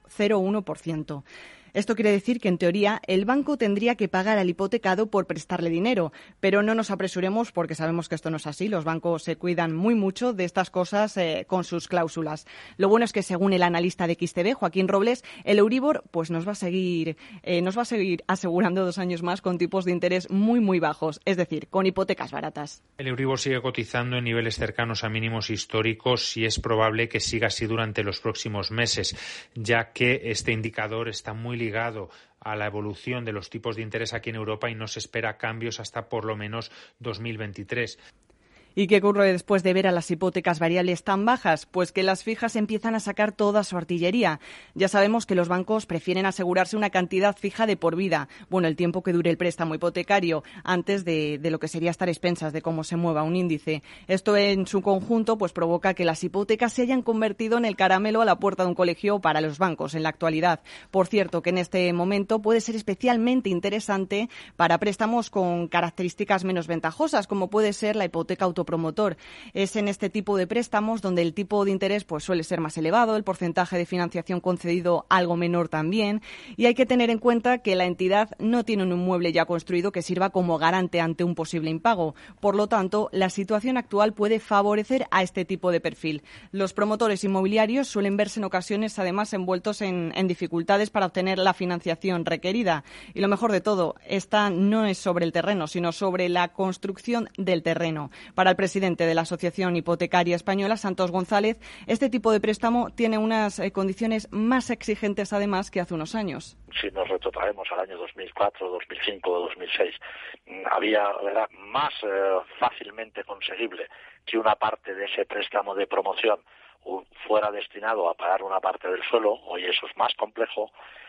cero coma uno por ciento. Esto quiere decir que, en teoría, el banco tendría que pagar al hipotecado por prestarle dinero, pero no nos apresuremos porque sabemos que esto no es así. Los bancos se cuidan muy mucho de estas cosas eh, con sus cláusulas. Lo bueno es que, según el analista de X T B, Joaquín Robles, el Euribor pues nos va a seguir eh, nos va a seguir asegurando dos años más con tipos de interés muy, muy bajos, es decir, con hipotecas baratas. El Euribor sigue cotizando en niveles cercanos a mínimos históricos y es probable que siga así durante los próximos meses, ya que este indicador está muy ligado a la evolución de los tipos de interés aquí en Europa y no se espera cambios hasta por lo menos dos mil veintitrés. ¿Y qué ocurre después de ver a las hipotecas variables tan bajas? Pues que las fijas empiezan a sacar toda su artillería. Ya sabemos que los bancos prefieren asegurarse una cantidad fija de por vida, bueno, el tiempo que dure el préstamo hipotecario, antes de, de lo que sería estar a expensas de cómo se mueva un índice. Esto en su conjunto pues provoca que las hipotecas se hayan convertido en el caramelo a la puerta de un colegio para los bancos en la actualidad. Por cierto, que en este momento puede ser especialmente interesante para préstamos con características menos ventajosas, como puede ser la hipoteca autopromotora. Promotor. Es en este tipo de préstamos donde el tipo de interés pues suele ser más elevado, el porcentaje de financiación concedido algo menor también, y hay que tener en cuenta que la entidad no tiene un inmueble ya construido que sirva como garante ante un posible impago. Por lo tanto, la situación actual puede favorecer a este tipo de perfil. Los promotores inmobiliarios suelen verse en ocasiones además envueltos en, en dificultades para obtener la financiación requerida. Y lo mejor de todo, esta no es sobre el terreno, sino sobre la construcción del terreno. Para el presidente de la Asociación Hipotecaria Española, Santos González, este tipo de préstamo tiene unas eh, condiciones más exigentes además que hace unos años. Si nos retrotraemos al año dos mil cuatro, dos mil cinco o dos mil seis, había era más eh, fácilmente conseguible que una parte de ese préstamo de promoción fuera destinado a pagar una parte del suelo. Hoy eso es más complejo.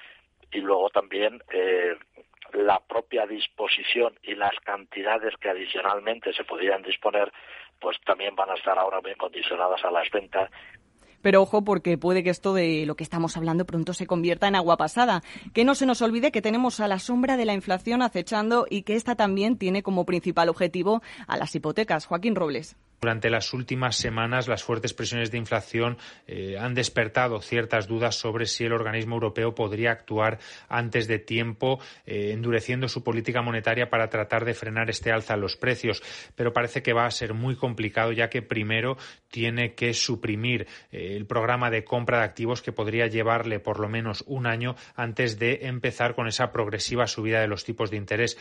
Y luego también eh, la propia disposición y las cantidades que adicionalmente se podrían disponer, pues también van a estar ahora bien condicionadas a las ventas. Pero ojo, porque puede que esto de lo que estamos hablando pronto se convierta en agua pasada. Que no se nos olvide que tenemos a la sombra de la inflación acechando y que esta también tiene como principal objetivo a las hipotecas. Joaquín Robles. Durante las últimas semanas, las fuertes presiones de inflación eh, han despertado ciertas dudas sobre si el organismo europeo podría actuar antes de tiempo, eh, endureciendo su política monetaria para tratar de frenar este alza en los precios. Pero parece que va a ser muy complicado, ya que primero tiene que suprimir eh, el programa de compra de activos que podría llevarle por lo menos un año antes de empezar con esa progresiva subida de los tipos de interés.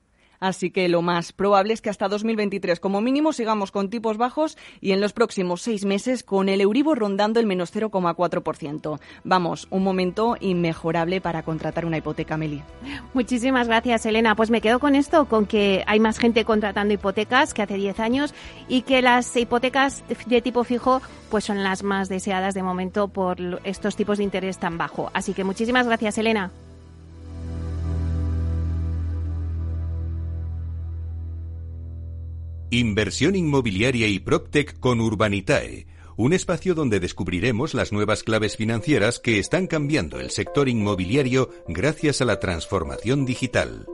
Así que lo más probable es que hasta dos mil veintitrés como mínimo sigamos con tipos bajos y en los próximos seis meses con el Euribor rondando el menos cero coma cuatro por ciento. Vamos, un momento inmejorable para contratar una hipoteca, Meli. Muchísimas gracias, Elena. Pues me quedo con esto, con que hay más gente contratando hipotecas que hace diez años y que las hipotecas de tipo fijo pues son las más deseadas de momento por estos tipos de interés tan bajo. Así que muchísimas gracias, Elena. Inversión inmobiliaria y PropTech con Urbanitae, un espacio donde descubriremos las nuevas claves financieras que están cambiando el sector inmobiliario gracias a la transformación digital.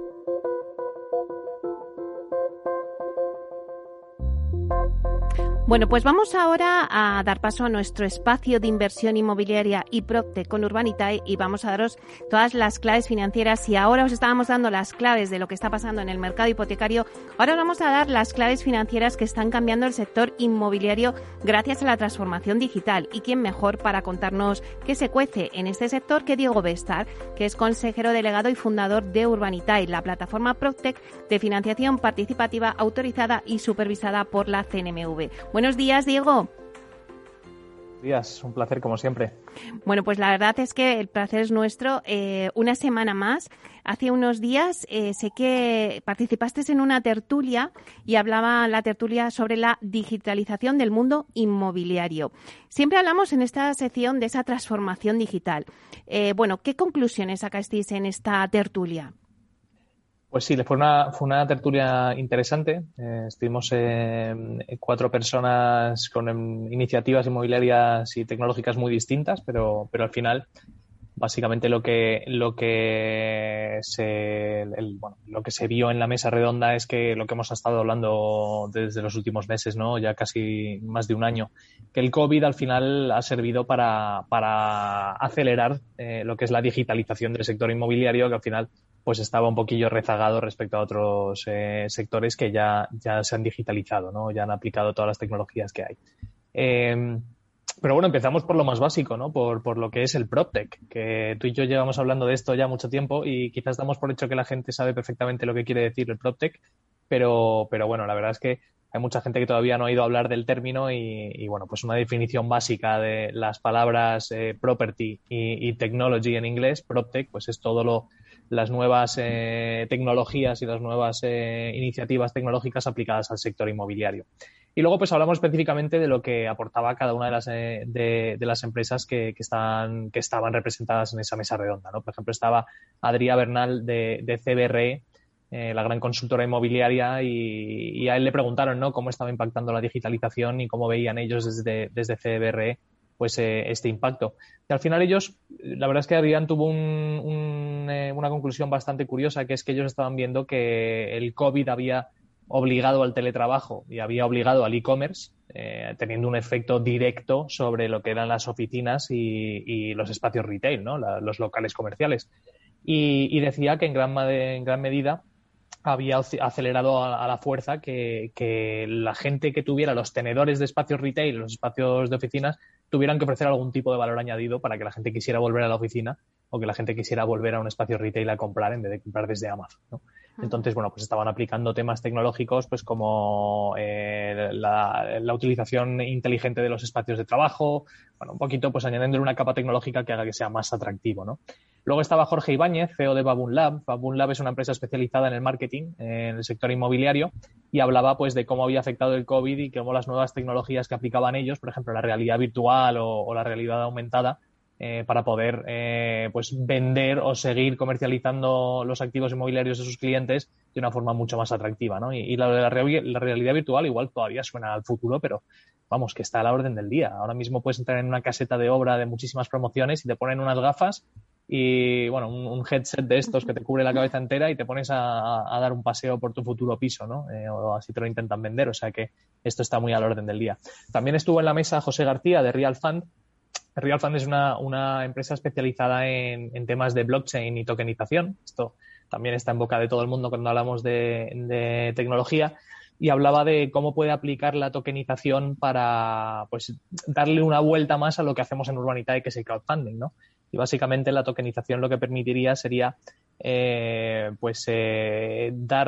Bueno, pues vamos ahora a dar paso a nuestro espacio de inversión inmobiliaria y PropTech con Urbanitae y vamos a daros todas las claves financieras. Y ahora os estábamos dando las claves de lo que está pasando en el mercado hipotecario, ahora os vamos a dar las claves financieras que están cambiando el sector inmobiliario gracias a la transformación digital. ¿Y quién mejor para contarnos qué se cuece en este sector que Diego Bestar, que es consejero delegado y fundador de Urbanitae, la plataforma PropTech de financiación participativa autorizada y supervisada por la C N M V? Buenos días, Diego. Buenos días, un placer como siempre. Bueno, pues la verdad es que el placer es nuestro. Eh, una semana más. Hace unos días eh, sé que participaste en una tertulia y hablaba la tertulia sobre la digitalización del mundo inmobiliario. Siempre hablamos en esta sección de esa transformación digital. Eh, bueno, ¿qué conclusiones sacasteis en esta tertulia? Pues sí, fue una, fue una tertulia interesante. Eh, estuvimos eh, cuatro personas con em, iniciativas inmobiliarias y tecnológicas muy distintas, pero, pero al final Básicamente lo que lo que se el, bueno, lo que se vio en la mesa redonda es que lo que hemos estado hablando desde los últimos meses, ¿no? Ya casi más de un año, que el COVID al final ha servido para para acelerar eh, lo que es la digitalización del sector inmobiliario, que al final pues estaba un poquillo rezagado respecto a otros eh, sectores que ya ya se han digitalizado, ¿no? Ya han aplicado todas las tecnologías que hay. Eh, Pero bueno, empezamos por lo más básico, ¿no? Por, por lo que es el PropTech, que tú y yo llevamos hablando de esto ya mucho tiempo y quizás damos por hecho que la gente sabe perfectamente lo que quiere decir el PropTech, pero, pero bueno, la verdad es que hay mucha gente que todavía no ha oído hablar del término y, y bueno, pues una definición básica de las palabras eh, property y, y technology en inglés, PropTech, pues es todo lo las nuevas eh, tecnologías y las nuevas eh, iniciativas tecnológicas aplicadas al sector inmobiliario. Y luego pues hablamos específicamente de lo que aportaba cada una de las eh, de, de las empresas que, que están que estaban representadas en esa mesa redonda, ¿no? Por ejemplo, estaba Adrià Bernal de, de C B R E, eh, la gran consultora inmobiliaria, y, y a él le preguntaron, ¿no?, cómo estaba impactando la digitalización y cómo veían ellos desde, desde C B R E pues eh, este impacto. Y al final ellos, la verdad es que Adrián tuvo un, un, eh, una conclusión bastante curiosa, que es que ellos estaban viendo que el COVID había obligado al teletrabajo y había obligado al e-commerce, eh, teniendo un efecto directo sobre lo que eran las oficinas y, y los espacios retail, ¿no?, la, los locales comerciales. Y, y decía que en gran, en gran medida había acelerado a, a la fuerza que, que la gente que tuviera los tenedores de espacios retail, los espacios de oficinas, tuvieran que ofrecer algún tipo de valor añadido para que la gente quisiera volver a la oficina o que la gente quisiera volver a un espacio retail a comprar en vez de comprar desde Amazon, ¿no? Entonces, bueno, pues estaban aplicando temas tecnológicos pues como eh, la, la utilización inteligente de los espacios de trabajo, bueno, un poquito pues añadiendo una capa tecnológica que haga que sea más atractivo, ¿no? Luego estaba Jorge Ibáñez, C E O de Baboon Lab. Baboon Lab es una empresa especializada en el marketing, en el sector inmobiliario, y hablaba pues de cómo había afectado el COVID y cómo las nuevas tecnologías que aplicaban ellos, por ejemplo, la realidad virtual o, o la realidad aumentada, eh, para poder eh, pues vender o seguir comercializando los activos inmobiliarios de sus clientes de una forma mucho más atractiva, ¿no? Y, y la, la, la realidad virtual igual todavía suena al futuro, pero vamos, que está a la orden del día. Ahora mismo puedes entrar en una caseta de obra de muchísimas promociones y te ponen unas gafas y, bueno, un, un headset de estos que te cubre la cabeza entera y te pones a, a dar un paseo por tu futuro piso, ¿no? Eh, o así te lo intentan vender, o sea que esto está muy a la orden del día. También estuvo en la mesa José García de Real Fund. Real Fund es una, una empresa especializada en, en temas de blockchain y tokenización. Esto también está en boca de todo el mundo cuando hablamos de, de tecnología. Y hablaba de cómo puede aplicar la tokenización para pues darle una vuelta más a lo que hacemos en Urbanitae, que es el crowdfunding, ¿no? Y básicamente la tokenización lo que permitiría sería eh, pues eh,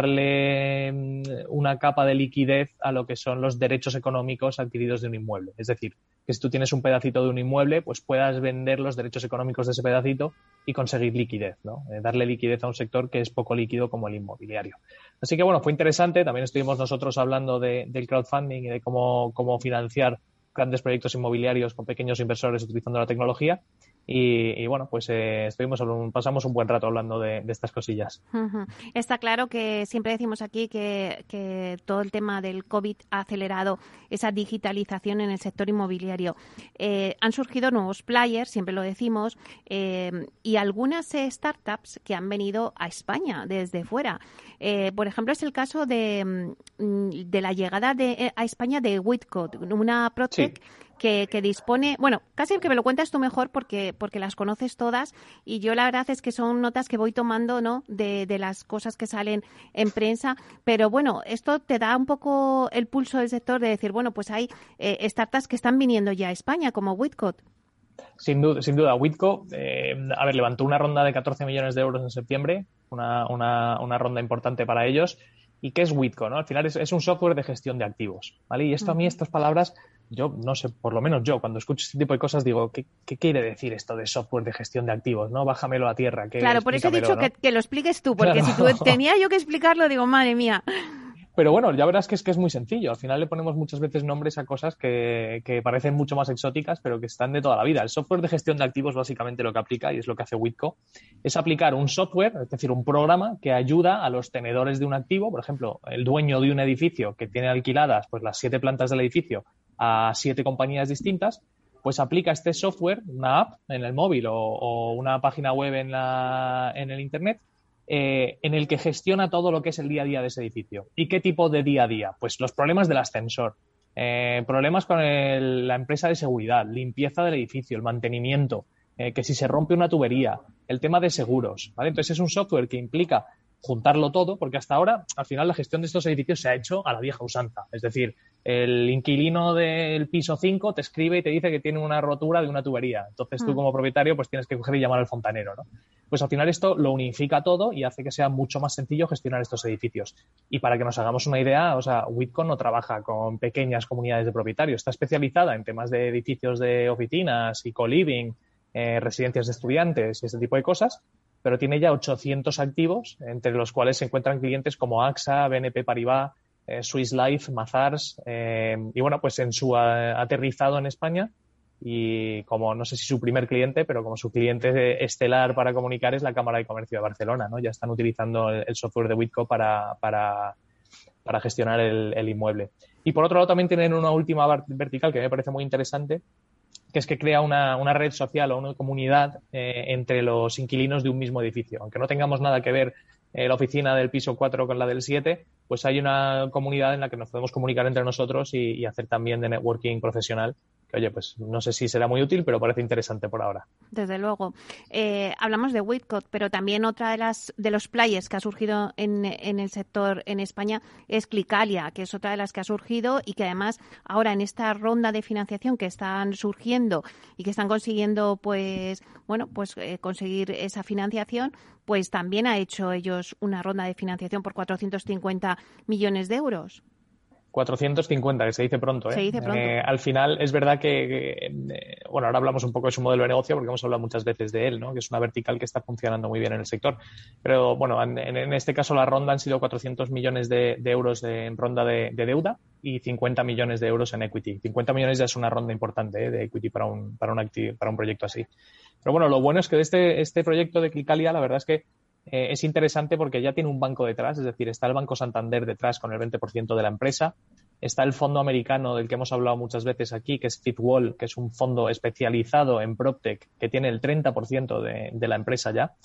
darle una capa de liquidez a lo que son los derechos económicos adquiridos de un inmueble. Es decir, que si tú tienes un pedacito de un inmueble, pues puedas vender los derechos económicos de ese pedacito y conseguir liquidez, ¿no? Eh, darle liquidez a un sector que es poco líquido como el inmobiliario. Así que bueno, fue interesante. También estuvimos nosotros hablando de, del crowdfunding y de cómo, cómo financiar grandes proyectos inmobiliarios con pequeños inversores utilizando la tecnología. Y, y bueno, pues eh, estuvimos un, pasamos un buen rato hablando de, de estas cosillas. Uh-huh. Está claro que siempre decimos aquí que, que todo el tema del COVID ha acelerado esa digitalización en el sector inmobiliario. Eh, han surgido nuevos players, siempre lo decimos, eh, y algunas eh, startups que han venido a España desde fuera. Eh, por ejemplo, es el caso de, de la llegada de, a España de Whitcoat, una PropTech. Sí. Que, que dispone, bueno, casi que me lo cuentas tú mejor porque porque las conoces todas y yo la verdad es que son notas que voy tomando, ¿no?, de, de las cosas que salen en prensa, pero bueno, esto te da un poco el pulso del sector de decir, bueno, pues hay eh, startups que están viniendo ya a España, como Whitcoat. Sin duda, sin duda. Whitco, eh, a ver, levantó una ronda de catorce millones de euros en septiembre, una, una, una ronda importante para ellos. ¿Y qué es Whitco, no? Al final es, es un software de gestión de activos, ¿vale? Y esto a mí, estas palabras, yo no sé, por lo menos yo, cuando escucho este tipo de cosas digo, ¿qué, qué quiere decir esto de software de gestión de activos, no? Bájamelo a tierra. Que claro, por eso he dicho, ¿no?, que, que lo expliques tú, porque claro. Si tú tenía yo que explicarlo, digo, madre mía. Pero bueno, ya verás que es que es muy sencillo. Al final le ponemos muchas veces nombres a cosas que, que parecen mucho más exóticas, pero que están de toda la vida. El software de gestión de activos básicamente lo que aplica, y es lo que hace Whitco, es aplicar un software, es decir, un programa que ayuda a los tenedores de un activo, por ejemplo, el dueño de un edificio que tiene alquiladas pues las siete plantas del edificio a siete compañías distintas, pues aplica este software, una app en el móvil o, o una página web en, la, en el Internet, eh, en el que gestiona todo lo que es el día a día de ese edificio. ¿Y qué tipo de día a día? Pues los problemas del ascensor, eh, problemas con el, la empresa de seguridad, limpieza del edificio, el mantenimiento, eh, que si se rompe una tubería, el tema de seguros, ¿vale? Entonces es un software que implica juntarlo todo, porque hasta ahora, al final, la gestión de estos edificios se ha hecho a la vieja usanza. Es decir, el inquilino del piso cinco te escribe y te dice que tiene una rotura de una tubería. Entonces tú, como propietario, pues tienes que coger y llamar al fontanero, ¿no? Pues al final esto lo unifica todo y hace que sea mucho más sencillo gestionar estos edificios. Y para que nos hagamos una idea, o sea, Witco no trabaja con pequeñas comunidades de propietarios. Está especializada en temas de edificios de oficinas y co-living, eh, residencias de estudiantes y ese tipo de cosas, pero tiene ya ochocientos activos, entre los cuales se encuentran clientes como AXA, B N P Paribas, eh, Swiss Life, Mazars, eh, y bueno, pues en su uh, aterrizado en España, y como no sé si su primer cliente, pero como su cliente estelar para comunicar es la Cámara de Comercio de Barcelona, ¿no? Ya están utilizando el, el software de Witco para, para, para gestionar el, el inmueble. Y por otro lado también tienen una última vertical que me parece muy interesante, que es que crea una, una red social o una comunidad eh, entre los inquilinos de un mismo edificio. Aunque no tengamos nada que ver eh, la oficina del piso cuatro con la del siete, pues hay una comunidad en la que nos podemos comunicar entre nosotros y, y hacer también de networking profesional. Que, oye, pues no sé si será muy útil, pero parece interesante por ahora. Desde luego. Eh, hablamos de Witco, pero también otra de las de los players que ha surgido en, en el sector en España es Clicalia, que es otra de las que ha surgido y que además ahora en esta ronda de financiación que están surgiendo y que están consiguiendo, pues, bueno, pues eh, conseguir esa financiación, pues también ha hecho ellos una ronda de financiación por cuatrocientos cincuenta millones de euros. cuatrocientos cincuenta, que se dice pronto, ¿eh? Se dice pronto. Eh, al final es verdad que, que eh, bueno, ahora hablamos un poco de su modelo de negocio porque hemos hablado muchas veces de él, ¿no? Que es una vertical que está funcionando muy bien en el sector. Pero bueno, en, en este caso la ronda han sido cuatrocientos millones de, de euros de, en ronda de, de deuda y cincuenta millones de euros en equity. cincuenta millones ya es una ronda importante, ¿eh? De equity para un, para un, acti- para un proyecto así. Pero bueno, lo bueno es que de este, este proyecto de Clicalia, la verdad es que Eh, es interesante porque ya tiene un banco detrás, es decir, está el Banco Santander detrás con el veinte por ciento de la empresa, está el fondo americano del que hemos hablado muchas veces aquí, que es Fitwall, que es un fondo especializado en PropTech, que tiene el treinta por ciento de, de la empresa ya.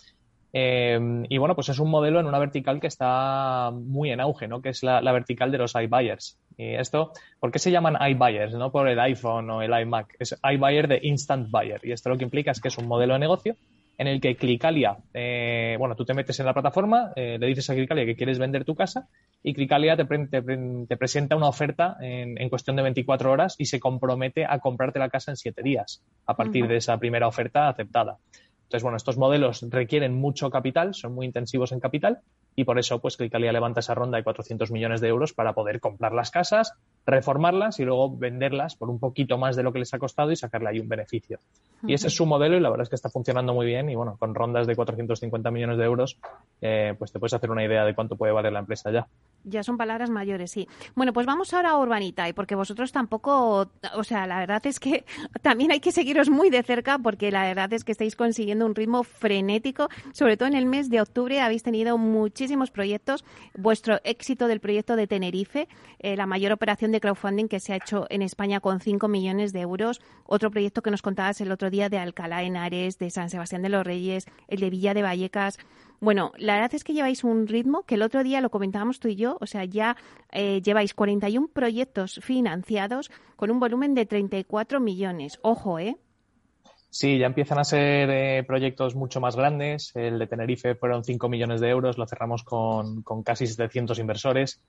Eh, y bueno, pues es un modelo en una vertical que está muy en auge, ¿no? Que es la, la vertical de los iBuyers. Y esto, ¿por qué se llaman iBuyers? No por el iPhone o el iMac, es iBuyer de Instant Buyer. Y esto lo que implica es que es un modelo de negocio en el que Clicalia, eh, bueno, tú te metes en la plataforma, eh, le dices a Clicalia que quieres vender tu casa y Clicalia te, pre- te, pre- te presenta una oferta en, en cuestión de veinticuatro horas y se compromete a comprarte la casa en siete días a partir uh-huh. de esa primera oferta aceptada. Entonces, bueno, estos modelos requieren mucho capital, son muy intensivos en capital y por eso, pues, Clicalia levanta esa ronda de cuatrocientos millones de euros para poder comprar las casas, reformarlas y luego venderlas por un poquito más de lo que les ha costado y sacarle ahí un beneficio. Y ese es su modelo y la verdad es que está funcionando muy bien y, bueno, con rondas de cuatrocientos cincuenta millones de euros, eh, pues te puedes hacer una idea de cuánto puede valer la empresa ya. Ya son palabras mayores, sí. Bueno, pues vamos ahora a Urbanitae, porque vosotros tampoco, o sea, la verdad es que también hay que seguiros muy de cerca, porque la verdad es que estáis consiguiendo un ritmo frenético, sobre todo en el mes de octubre habéis tenido muchísimos proyectos. Vuestro éxito del proyecto de Tenerife, eh, la mayor operación de crowdfunding que se ha hecho en España con cinco millones de euros. Otro proyecto que nos contabas el otro día de Alcalá de Henares, de San Sebastián de los Reyes, el de Villa de Vallecas. Bueno, la verdad es que lleváis un ritmo que el otro día lo comentábamos tú y yo, o sea, ya eh, lleváis cuarenta y uno proyectos financiados con un volumen de treinta y cuatro millones. Ojo, ¿eh? Sí, ya empiezan a ser eh, proyectos mucho más grandes. El de Tenerife fueron cinco millones de euros, lo cerramos con, con casi setecientos inversores.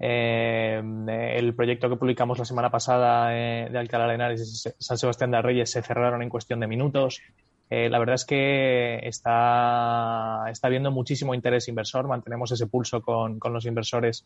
Eh, el proyecto que publicamos la semana pasada eh, de Alcalá de Henares y San Sebastián de los Reyes se cerraron en cuestión de minutos. Eh, la verdad es que está, está habiendo muchísimo interés inversor, mantenemos ese pulso con, con los inversores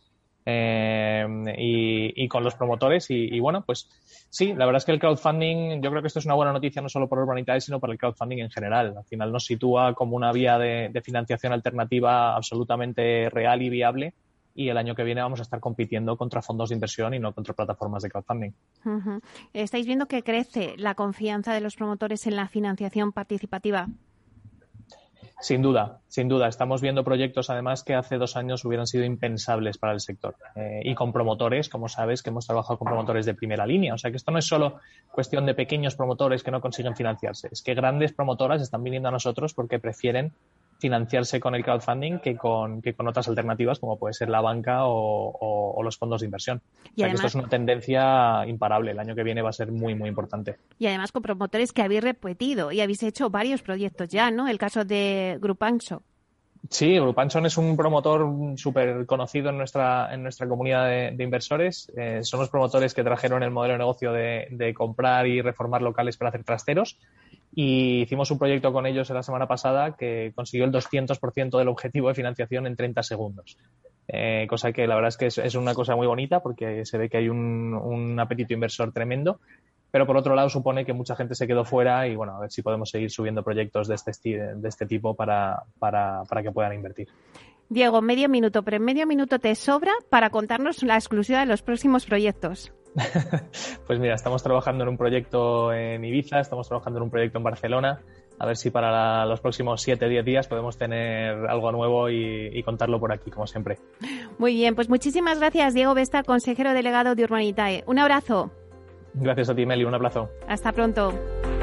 eh, y, y con los promotores y, y bueno, pues sí, la verdad es que el crowdfunding, yo creo que esto es una buena noticia no solo por Urbanitae, sino para el crowdfunding en general. Al final nos sitúa como una vía de, de financiación alternativa absolutamente real y viable. Y el año que viene vamos a estar compitiendo contra fondos de inversión y no contra plataformas de crowdfunding. Uh-huh. ¿Estáis viendo que crece la confianza de los promotores en la financiación participativa? Sin duda, sin duda. Estamos viendo proyectos, además, que hace dos años hubieran sido impensables para el sector. Eh, y con promotores, como sabes, que hemos trabajado con promotores de primera línea. O sea, que esto no es solo cuestión de pequeños promotores que no consiguen financiarse. Es que grandes promotoras están viniendo a nosotros porque prefieren financiarse con el crowdfunding que con, que con otras alternativas, como puede ser la banca o, o, o los fondos de inversión. O sea, además, que esto es una tendencia imparable. El año que viene va a ser muy, muy importante. Y además con promotores que habéis repetido y habéis hecho varios proyectos ya, ¿no? El caso de Grupo Ancho. Sí, Grupo Ancho es un promotor súper conocido en nuestra, en nuestra comunidad de, de inversores. Eh, son los promotores que trajeron el modelo de negocio de, de comprar y reformar locales para hacer trasteros. Y hicimos un proyecto con ellos la semana pasada que consiguió el doscientos por ciento del objetivo de financiación en treinta segundos. Eh, cosa que la verdad es que es, es una cosa muy bonita porque se ve que hay un, un apetito inversor tremendo. Pero por otro lado supone que mucha gente se quedó fuera y bueno, a ver si podemos seguir subiendo proyectos de este, esti- de este tipo para, para, para que puedan invertir. Diego, medio minuto, pero en medio minuto te sobra para contarnos la exclusiva de los próximos proyectos. Pues mira, estamos trabajando en un proyecto en Ibiza, estamos trabajando en un proyecto en Barcelona. A ver si para la, los próximos siete o diez días podemos tener algo nuevo y, y contarlo por aquí, como siempre. Muy bien, pues muchísimas gracias, Diego Vesta, consejero delegado de Urbanitae. Un abrazo. Gracias a ti, Meli. Un abrazo. Hasta pronto.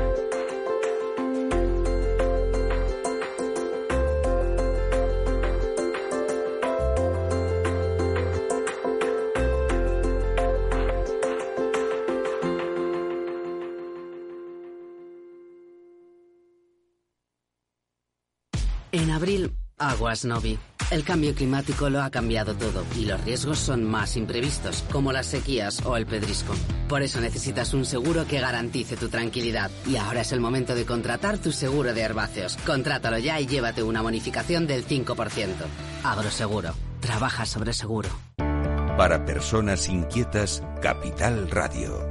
En abril, aguas Novi. El cambio climático lo ha cambiado todo y los riesgos son más imprevistos, como las sequías o el pedrisco. Por eso necesitas un seguro que garantice tu tranquilidad. Y ahora es el momento de contratar tu seguro de herbáceos. Contrátalo ya y llévate una bonificación del cinco por ciento. Agroseguro. Trabaja sobre seguro. Para personas inquietas, Capital Radio.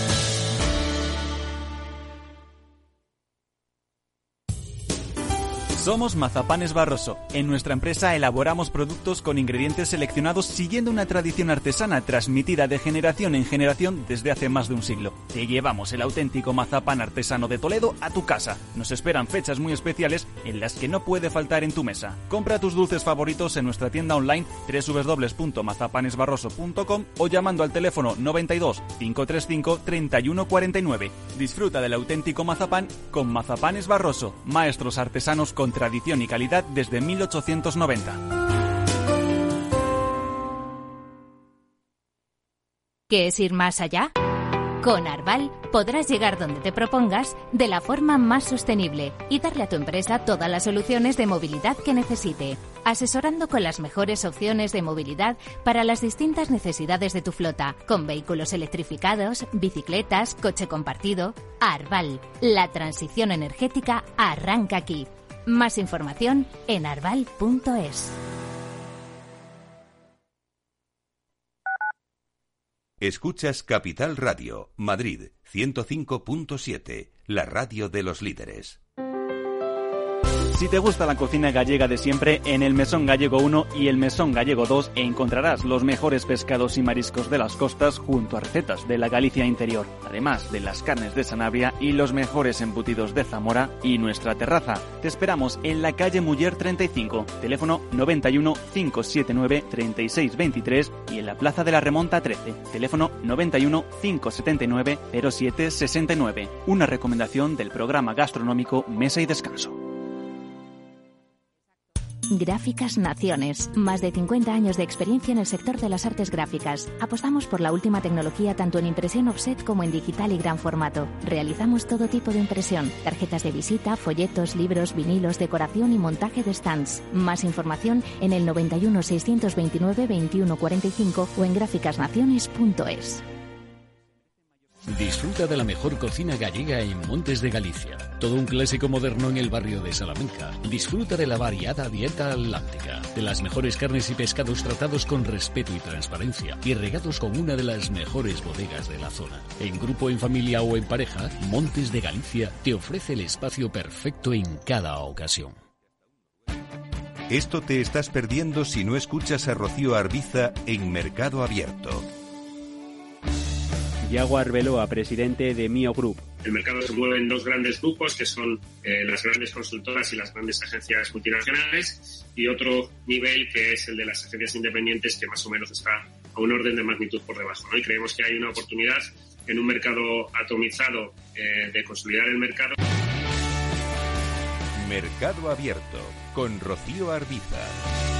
Somos Mazapanes Barroso. En nuestra empresa elaboramos productos con ingredientes seleccionados siguiendo una tradición artesana transmitida de generación en generación desde hace más de un siglo. Te llevamos el auténtico mazapán artesano de Toledo a tu casa. Nos esperan fechas muy especiales en las que no puede faltar en tu mesa. Compra tus dulces favoritos en nuestra tienda online doble u doble u doble u punto mazapanes barroso punto com o llamando al teléfono noventa y dos, cinco treinta y cinco, treinta y uno cuarenta y nueve. Disfruta del auténtico mazapán con Mazapanes Barroso, maestros artesanos con tradición y calidad desde mil ochocientos noventa. ¿Qué es ir más allá? Con Arval podrás llegar donde te propongas de la forma más sostenible y darle a tu empresa todas las soluciones de movilidad que necesite, asesorando con las mejores opciones de movilidad para las distintas necesidades de tu flota, con vehículos electrificados, bicicletas, coche compartido. Arval, la transición energética arranca aquí. Más información en arval punto es. Escuchas Capital Radio, Madrid, ciento cinco punto siete, la radio de los líderes. Si te gusta la cocina gallega de siempre, en el Mesón Gallego uno y el Mesón Gallego dos encontrarás los mejores pescados y mariscos de las costas junto a recetas de la Galicia interior, además de las carnes de Sanabria y los mejores embutidos de Zamora y nuestra terraza. Te esperamos en la calle Muller treinta y cinco, teléfono noventa y uno, cinco setenta y nueve, treinta y seis veintitrés y en la Plaza de la Remonta trece, teléfono noventa y uno, cinco setenta y nueve, cero siete sesenta y nueve. Una recomendación del programa gastronómico Mesa y Descanso. Gráficas Naciones. Más de cincuenta años de experiencia en el sector de las artes gráficas. Apostamos por la última tecnología tanto en impresión offset como en digital y gran formato. Realizamos todo tipo de impresión. Tarjetas de visita, folletos, libros, vinilos, decoración y montaje de stands. Más información en el noventa y uno, seiscientos veintinueve, veintiuno cuarenta y cinco o en gráficas naciones punto es. Disfruta de la mejor cocina gallega en Montes de Galicia. Todo un clásico moderno en el barrio de Salamanca. Disfruta de la variada dieta atlántica, de las mejores carnes y pescados tratados con respeto y transparencia y regados con una de las mejores bodegas de la zona. En grupo, en familia o en pareja, Montes de Galicia te ofrece el espacio perfecto en cada ocasión. Esto te estás perdiendo si no escuchas a Rocío Arbiza en Mercado Abierto. Yago Arbeloa, presidente de Mio Group. El mercado se mueve en dos grandes grupos, que son eh, las grandes consultoras y las grandes agencias multinacionales, y otro nivel que es el de las agencias independientes, que más o menos está a un orden de magnitud por debajo, ¿no? Y creemos que hay una oportunidad en un mercado atomizado eh, de consolidar el mercado. Mercado Abierto con Rocío Arbiza.